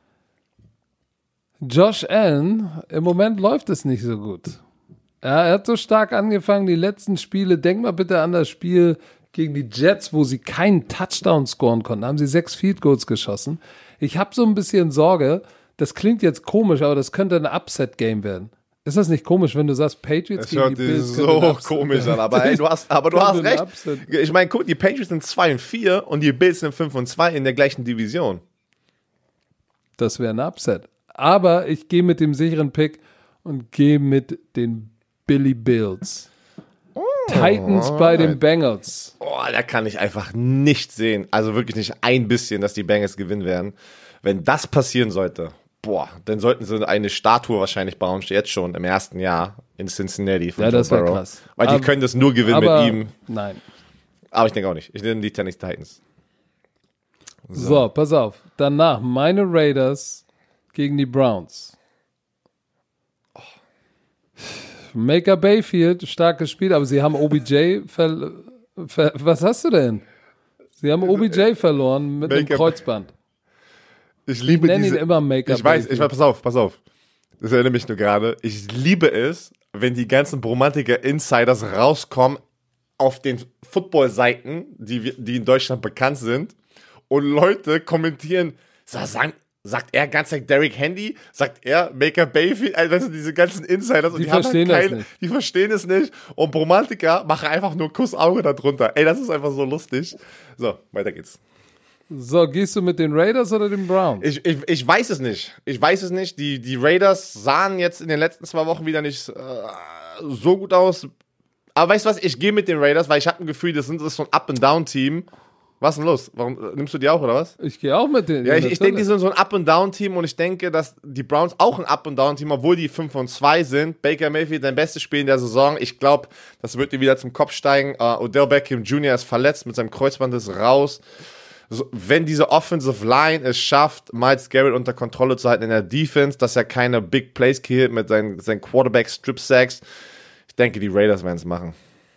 Josh Allen, im Moment läuft es nicht so gut. Ja, er hat so stark angefangen, die letzten Spiele. Denk mal bitte an das Spiel gegen die Jets, wo sie keinen Touchdown scoren konnten. Da haben sie 6 Field Goals geschossen. Ich habe so ein bisschen Sorge, das klingt jetzt komisch, aber das könnte ein Upset-Game werden. Ist das nicht komisch, wenn du sagst, Patriots gegen die Bills? Das hört sich so komisch an, aber ey, du hast recht. Ich meine, guck, die Patriots sind 2-4 und die Bills sind 5-2 in der gleichen Division. Das wäre ein Upset. Aber ich gehe mit dem sicheren Pick und gehe mit den Billy Bills. Titans bei den Bengals. Oh, da kann ich einfach nicht sehen. Also wirklich nicht ein bisschen, dass die Bengals gewinnen werden. Wenn das passieren sollte, dann sollten sie eine Statue wahrscheinlich bauen, jetzt schon im ersten Jahr in Cincinnati. Ja, das wäre krass. Weil die können das nur gewinnen mit ihm. Nein. Aber ich denke auch nicht. Ich nehme die Tennessee Titans. So, pass auf. Danach meine Raiders gegen die Browns. Baker Mayfield, starkes Spiel, aber sie haben OBJ was hast du denn? Sie haben OBJ verloren mit einem Kreuzband. Ich nenne ihn immer Baker Ich weiß, pass auf. Das erinnert mich nur gerade. Ich liebe es, wenn die ganzen Bromantiker-Insiders rauskommen auf den Football-Seiten, die in Deutschland bekannt sind und Leute kommentieren, sagt er ganz like Derrick Henry? Sagt er Baker Mayfield? Also diese ganzen Insiders und die verstehen das nicht. Die verstehen es nicht. Und Bromantiker machen einfach nur Kussauge da drunter. Ey, das ist einfach so lustig. So, weiter geht's. So, gehst du mit den Raiders oder den Browns? Ich weiß es nicht. Die Raiders sahen jetzt in den letzten 2 Wochen wieder nicht so gut aus. Aber weißt du was, ich gehe mit den Raiders, weil ich habe ein Gefühl, das ist so ein Up-and-Down-Team. Was ist denn los? Warum nimmst du die auch, oder was? Ich gehe auch mit denen. Ja, ich denke, die sind so ein Up-and-Down-Team und ich denke, dass die Browns auch ein Up-and-Down-Team, obwohl die 5-2 sind. Baker Mayfield, dein bestes Spiel in der Saison. Ich glaube, das wird dir wieder zum Kopf steigen. Odell Beckham Jr. ist verletzt, mit seinem Kreuzband ist raus. So, wenn diese Offensive Line es schafft, Myles Garrett unter Kontrolle zu halten in der Defense, dass er keine Big Plays killt mit seinen Quarterback-Strip-Sacks, ich denke, die Raiders werden es machen.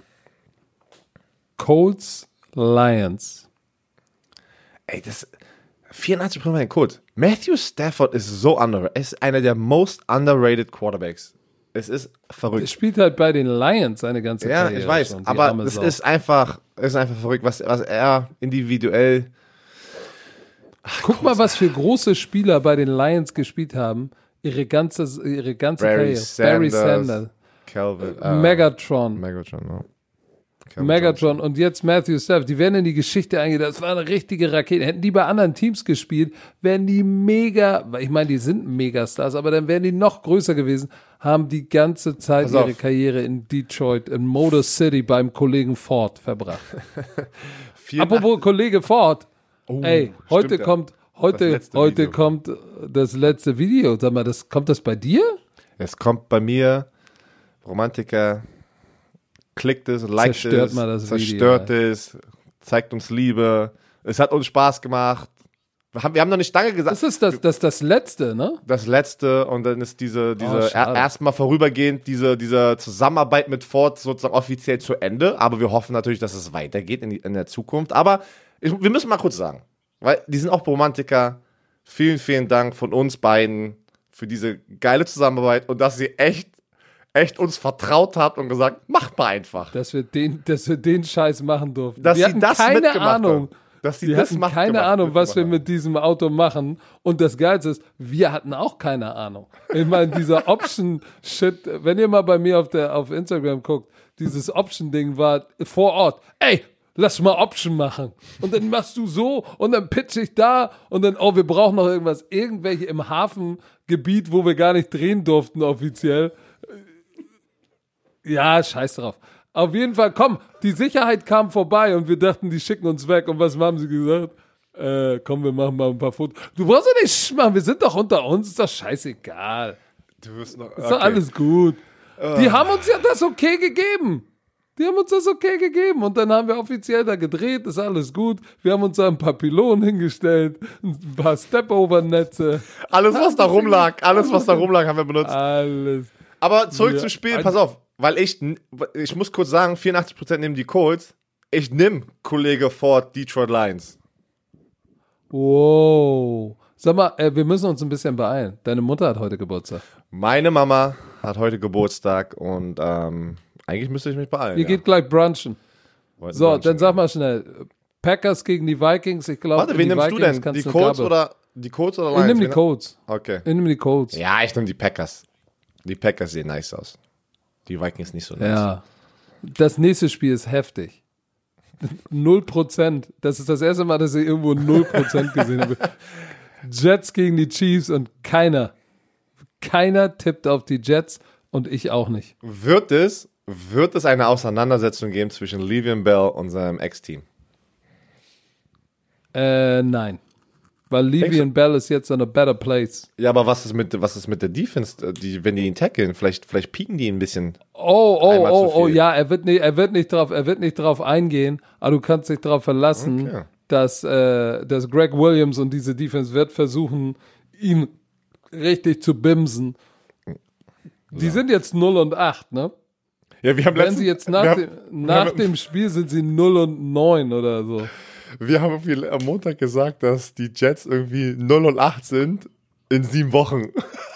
Colts, Lions. Ey, das 84% bei den Colts. Matthew Stafford ist so underrated. Er ist einer der most underrated Quarterbacks. Es ist verrückt. Er spielt halt bei den Lions seine ganze Karriere. Ja, ich weiß, schon, aber es ist einfach verrückt, was er individuell. Guck mal, was für große Spieler bei den Lions gespielt haben. Ihre ganze Karriere. Barry Sanders. Calvin. Megatron. No. Megatron und jetzt Matthew Stafford, die werden in die Geschichte eingegangen. Das war eine richtige Rakete. Hätten die bei anderen Teams gespielt, wären die mega, ich meine, die sind Megastars, aber dann wären die noch größer gewesen, haben die ganze Zeit ihre Karriere in Detroit, in Motor City beim Kollegen Ford verbracht. Apropos Kollege Ford, heute kommt das letzte Video. Sag mal, kommt das bei dir? Es kommt bei mir, Romantiker. Klickt es, liked zerstört es, mal das zerstört Video, es, zeigt uns Liebe. Es hat uns Spaß gemacht. Wir haben noch nicht lange gesagt. Das ist das Letzte, ne? Das Letzte und dann ist diese erstmal vorübergehend diese Zusammenarbeit mit Ford sozusagen offiziell zu Ende. Aber wir hoffen natürlich, dass es weitergeht in der Zukunft. Aber wir müssen mal kurz sagen, weil die sind auch Romantiker. Vielen, vielen Dank von uns beiden für diese geile Zusammenarbeit und dass sie echt uns vertraut habt und gesagt, macht mal einfach. Dass wir den Scheiß machen durften. Dass wir sie das keine Ahnung. Dass sie wir das hatten macht, keine Ahnung, was wir mit diesem Auto machen. Und das Geilste ist, wir hatten auch keine Ahnung. Ich meine, dieser Option-Shit, wenn ihr mal bei mir auf Instagram guckt, dieses Option-Ding war vor Ort. Ey, lass mal Option machen. Und dann machst du so und dann pitch ich da und dann, wir brauchen noch irgendwas. Irgendwelche im Hafengebiet, wo wir gar nicht drehen durften offiziell. Ja, scheiß drauf. Auf jeden Fall, komm, die Sicherheit kam vorbei und wir dachten, die schicken uns weg. Und was haben sie gesagt? Komm, wir machen mal ein paar Fotos. Du brauchst ja nicht machen, wir sind doch unter uns, ist doch scheißegal. Du wirst noch, ist doch alles gut. Die haben uns ja das okay gegeben. Und dann haben wir offiziell da gedreht, ist alles gut. Wir haben uns da ein paar Pylonen hingestellt, ein paar Step-Over-Netze. Alles, was da rumlag, haben wir benutzt. Alles. Aber zurück zum Spiel, pass auf. Weil ich muss kurz sagen, 84% nehmen die Colts. Ich nehme Kollege Ford Detroit Lions. Wow. Sag mal, wir müssen uns ein bisschen beeilen. Deine Mutter hat heute Geburtstag. Meine Mama hat heute Geburtstag und eigentlich müsste ich mich beeilen. Ihr geht gleich brunchen. Dann sag mal schnell. Packers gegen die Vikings. Ich glaube, warte, wen nimmst du denn? Die Colts oder Lions? Ich nehme die Colts. Okay. Ich nehme die Colts. Ja, ich nehme die Packers. Die Packers sehen nice aus. Die Vikings nicht so nice. Ja. Das nächste Spiel ist heftig. 0%. Das ist das erste Mal, dass ich irgendwo 0% gesehen habe. Jets gegen die Chiefs und keiner tippt auf die Jets und ich auch nicht. Wird es eine Auseinandersetzung geben zwischen Le'Veon Bell und seinem Ex-Team? Nein. Weil Le'Veon Bell ist jetzt in a better place. Ja, aber was ist mit der Defense, wenn die ihn tackeln? Vielleicht pieken die ihn ein bisschen. Ja, er wird nicht drauf eingehen, aber du kannst dich darauf verlassen, dass Greg Williams und diese Defense wird versuchen, ihn richtig zu bimsen. Die sind jetzt 0-8, ne? Ja, wir haben Wenn sie jetzt nach dem Spiel sind sie 0-9 oder so. Wir haben am Montag gesagt, dass die Jets irgendwie 0-8 sind in 7 Wochen.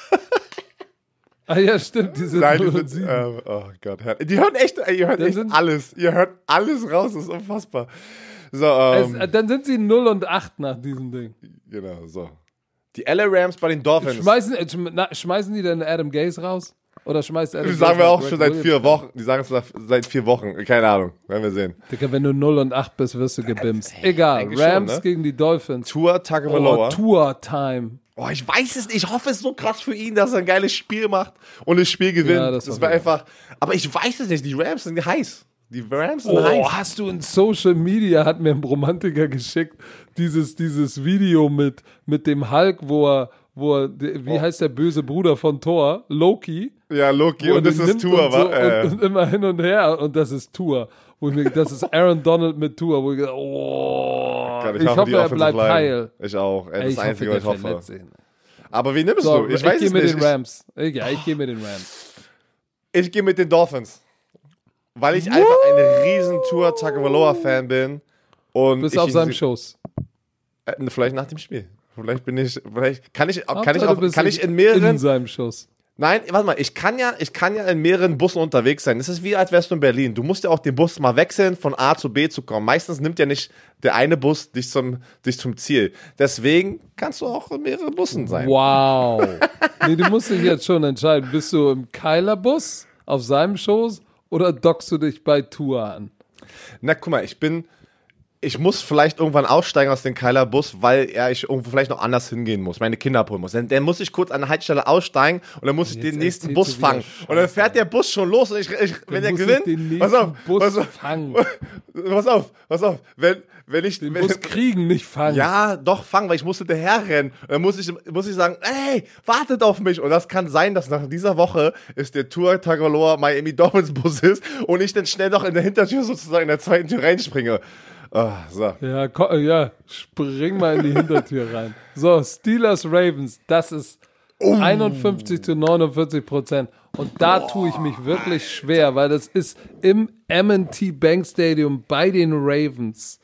Ah ja, stimmt, die sind 0-7. Oh Gott, ihr hört echt alles. Ihr hört alles raus, das ist unfassbar. So, dann sind sie 0-8 nach diesem Ding. Genau, so. Die LA Rams bei den Dolphins. Schmeißen die denn Adam Gase raus? Oder schmeißt er Das sagen wir auch schon seit 4 Wochen. Die sagen es seit 4 Wochen. Keine Ahnung. Werden wir sehen. Digga, wenn du 0-8 bist, wirst du gebimst. Egal. Rams schon, ne? gegen die Dolphins. Tua Tagovailoa. Tour-Time. Oh, ich weiß es nicht. Ich hoffe es so krass für ihn, dass er ein geiles Spiel macht und das Spiel gewinnt. Ja, das war einfach. Aber ich weiß es nicht. Die Rams sind heiß. Die Rams sind Oh, heiß. hast du in Social Media, hat mir ein Romantiker geschickt, dieses Video mit dem Hulk, wo er wie heißt der böse Bruder von Thor? Loki. Ja, Loki. Wo er Und das den ist nimmt Tua, und, so, wa? und immer hin und her. Und das ist Tua. Das ist Aaron Donald mit Tua. Wo ich gedacht, Gott, ich hoffe, die er Offensive bleibt Line. heil. Ich auch. Das ist das Einzige, was ich hoffe. verletzt sich. Aber wie nimmst So, du? ich weiß gehe es mit nicht. den Rams. Ich gehe mit den Rams. Ich gehe mit den Dolphins. Weil ich einfach ein riesen Tua Tagovailoa-Fan bin. Und Bist ich auf ihn seinem Schoß. Vielleicht nach dem Spiel. Vielleicht kann ich in In mehreren. seinem Schoß. Nein, warte mal, ich kann ja in mehreren Bussen unterwegs sein. Das ist wie, als wärst du in Berlin. Du musst ja auch den Bus mal wechseln, von A zu B zu kommen. Meistens nimmt ja nicht der eine Bus dich zum Ziel. Deswegen kannst du auch in mehreren Bussen sein. Wow. Nee, du musst dich jetzt schon entscheiden. Bist du im Kyler-Bus auf seinem Schoß oder dockst du dich bei Tua an? Na, guck mal, ich muss vielleicht irgendwann aussteigen aus dem Keiler-Bus, weil ich irgendwo vielleicht noch anders hingehen muss, meine Kinder abholen muss. Dann muss ich kurz an der Haltestelle aussteigen und dann muss ich den nächsten Bus fangen. Und dann fährt der Bus schon los und wenn er gewinnt, pass auf, wenn ich den Bus kriegen, nicht fangen. Ja, doch fangen, weil ich muss hinterher rennen. Und dann muss ich sagen, ey, wartet auf mich. Und das kann sein, dass nach dieser Woche ist der Tua Tagovailoa Miami Dolphins Bus ist und ich dann schnell noch in der Hintertür sozusagen in der zweiten Tür reinspringe. So. Ja, spring mal in die Hintertür rein. So, Steelers Ravens, das ist 51-49%. Und da tue ich mich wirklich schwer, weil das ist im M&T Bank Stadium bei den Ravens.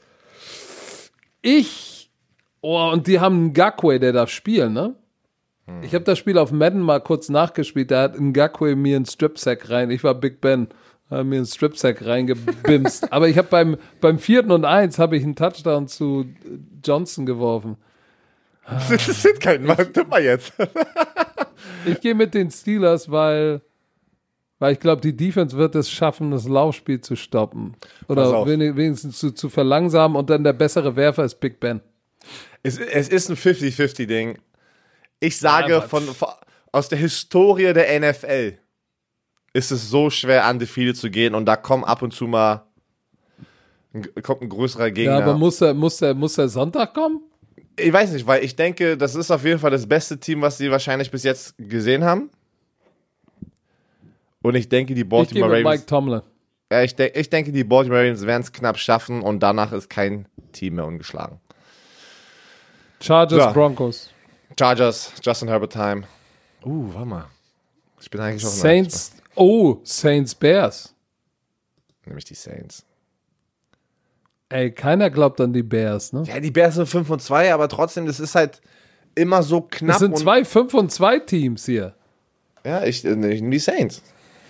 Und die haben einen Ngakwe, der darf spielen, ne? Ich habe das Spiel auf Madden mal kurz nachgespielt, da hat Ngakwe mir einen Strip-Sack rein. Ich war Big Ben. Hat mir einen Strip-Sack reingebimst. Aber ich habe beim 4. und 1 habe ich einen Touchdown zu Johnson geworfen. Das interessiert keinen. Tipp mal jetzt. Ich gehe mit den Steelers, weil ich glaube, die Defense wird es schaffen, das Laufspiel zu stoppen. Oder wenigstens zu verlangsamen und dann der bessere Werfer ist Big Ben. Es ist ein 50-50-Ding. Ich sage aus der Historie der NFL ist es so schwer, undefeated zu gehen und da kommt ab und zu mal ein größerer Gegner. Ja, aber muss der Sonntag kommen? Ich weiß nicht, weil ich denke, das ist auf jeden Fall das beste Team, was sie wahrscheinlich bis jetzt gesehen haben. Und ich denke, die Baltimore Ravens. Mike Tomlin. Ja, ich denke, die Baltimore Ravens werden es knapp schaffen und danach ist kein Team mehr ungeschlagen. Chargers, Broncos. Chargers, Justin Herbert Time. Warte mal. Ich bin eigentlich auch Saints, Saints Bears. Nämlich die Saints. Ey, keiner glaubt an die Bears, ne? Ja, die Bears sind 5-2, aber trotzdem, das ist halt immer so knapp. Das sind 2 5-2 Teams hier. Ja, ich nehme die Saints.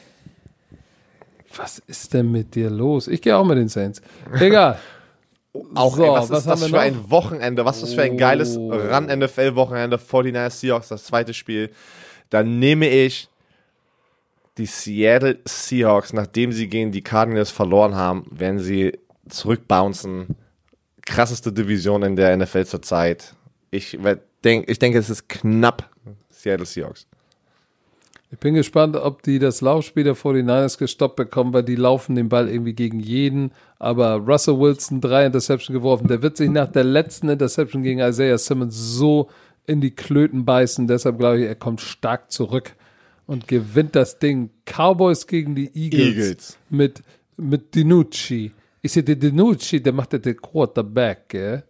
Was ist denn mit dir los? Ich gehe auch mit den Saints. Egal. Auch, so, was ist das für ein Wochenende? Was ist das für ein geiles Run-NFL-Wochenende? 49ers Seahawks, das zweite Spiel. Dann nehme ich die Seattle Seahawks, nachdem sie gegen die Cardinals verloren haben, werden sie zurückbouncen. Krasseste Division in der NFL zurzeit. Ich denke, es ist knapp Seattle Seahawks. Ich bin gespannt, ob die das Laufspiel der 49ers gestoppt bekommen, weil die laufen den Ball irgendwie gegen jeden. Aber Russell Wilson 3 Interception geworfen. Der wird sich nach der letzten Interception gegen Isaiah Simmons so in die Klöten beißen. Deshalb glaube ich, er kommt stark zurück und gewinnt das Ding. Cowboys gegen die Eagles. Mit DiNucci. Ich sehe, der DiNucci, der macht den Quarterback, gell?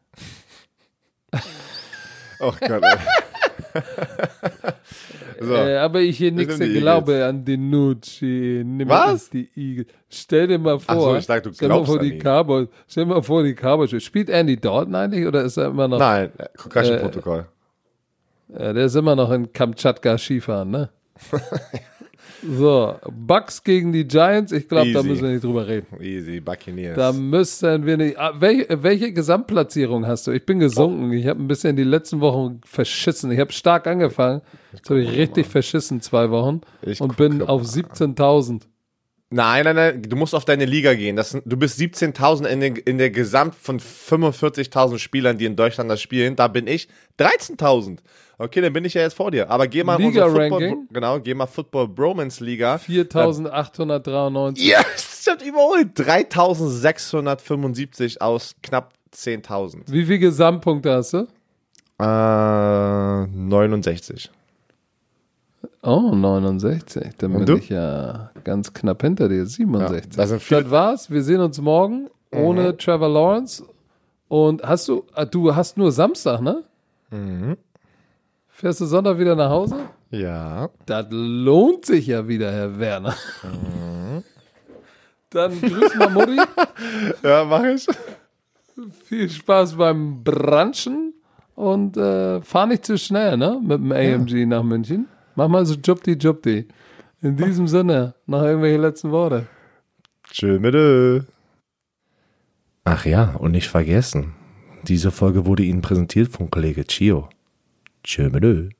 Oh Gott, ey. So. Aber ich hier nichts glaube an DiNucci. Was? Die Eagles. Stell dir mal vor. Ach so, ich dachte, du glaubst an ihn. Stell dir mal vor, die Cowboys. Spielt Andy Dalton eigentlich oder ist er immer noch? Nein, Concussion-Protokoll. Ja, der ist immer noch in Kamtschatka Skifahren, ne? So, Bucks gegen die Giants. Ich glaube, da Easy. müssen wir nicht drüber reden. Easy, Buccaneers. Da müssen wir nicht. Welche Gesamtplatzierung hast du? Ich bin gesunken. Ich habe ein bisschen die letzten Wochen verschissen. Ich habe stark angefangen. Jetzt habe ich richtig verschissen 2 Wochen und bin auf 17.000. Nein, du musst auf deine Liga gehen. Du bist 17.000 in der Gesamt von 45.000 Spielern, die in Deutschland das spielen. Da bin ich 13.000. Okay, dann bin ich ja jetzt vor dir. Aber geh mal Liga-Ranking? Geh mal Football Bromance Liga. 4.893. Yes, ich hab überholt. 3.675 aus knapp 10.000. Wie viele Gesamtpunkte hast du? 69. Oh, 69. Dann Und bin du? ich ja ganz knapp hinter dir. 67. Ja, da sind viele- Das war's. Wir sehen uns morgen ohne Trevor Lawrence. Und du hast nur Samstag, ne? Fährst du Sonntag wieder nach Hause? Ja. Das lohnt sich ja wieder, Herr Werner. Dann grüß mal Mutti. Ja, mach ich. Viel Spaß beim Brunchen und fahr nicht zu schnell, ne? Mit dem AMG nach München. Mach mal so Jupti. In diesem Sinne, noch irgendwelche letzten Worte. Tschö mit. Ach ja, und nicht vergessen, diese Folge wurde Ihnen präsentiert von Kollege Chio. Tschö mit.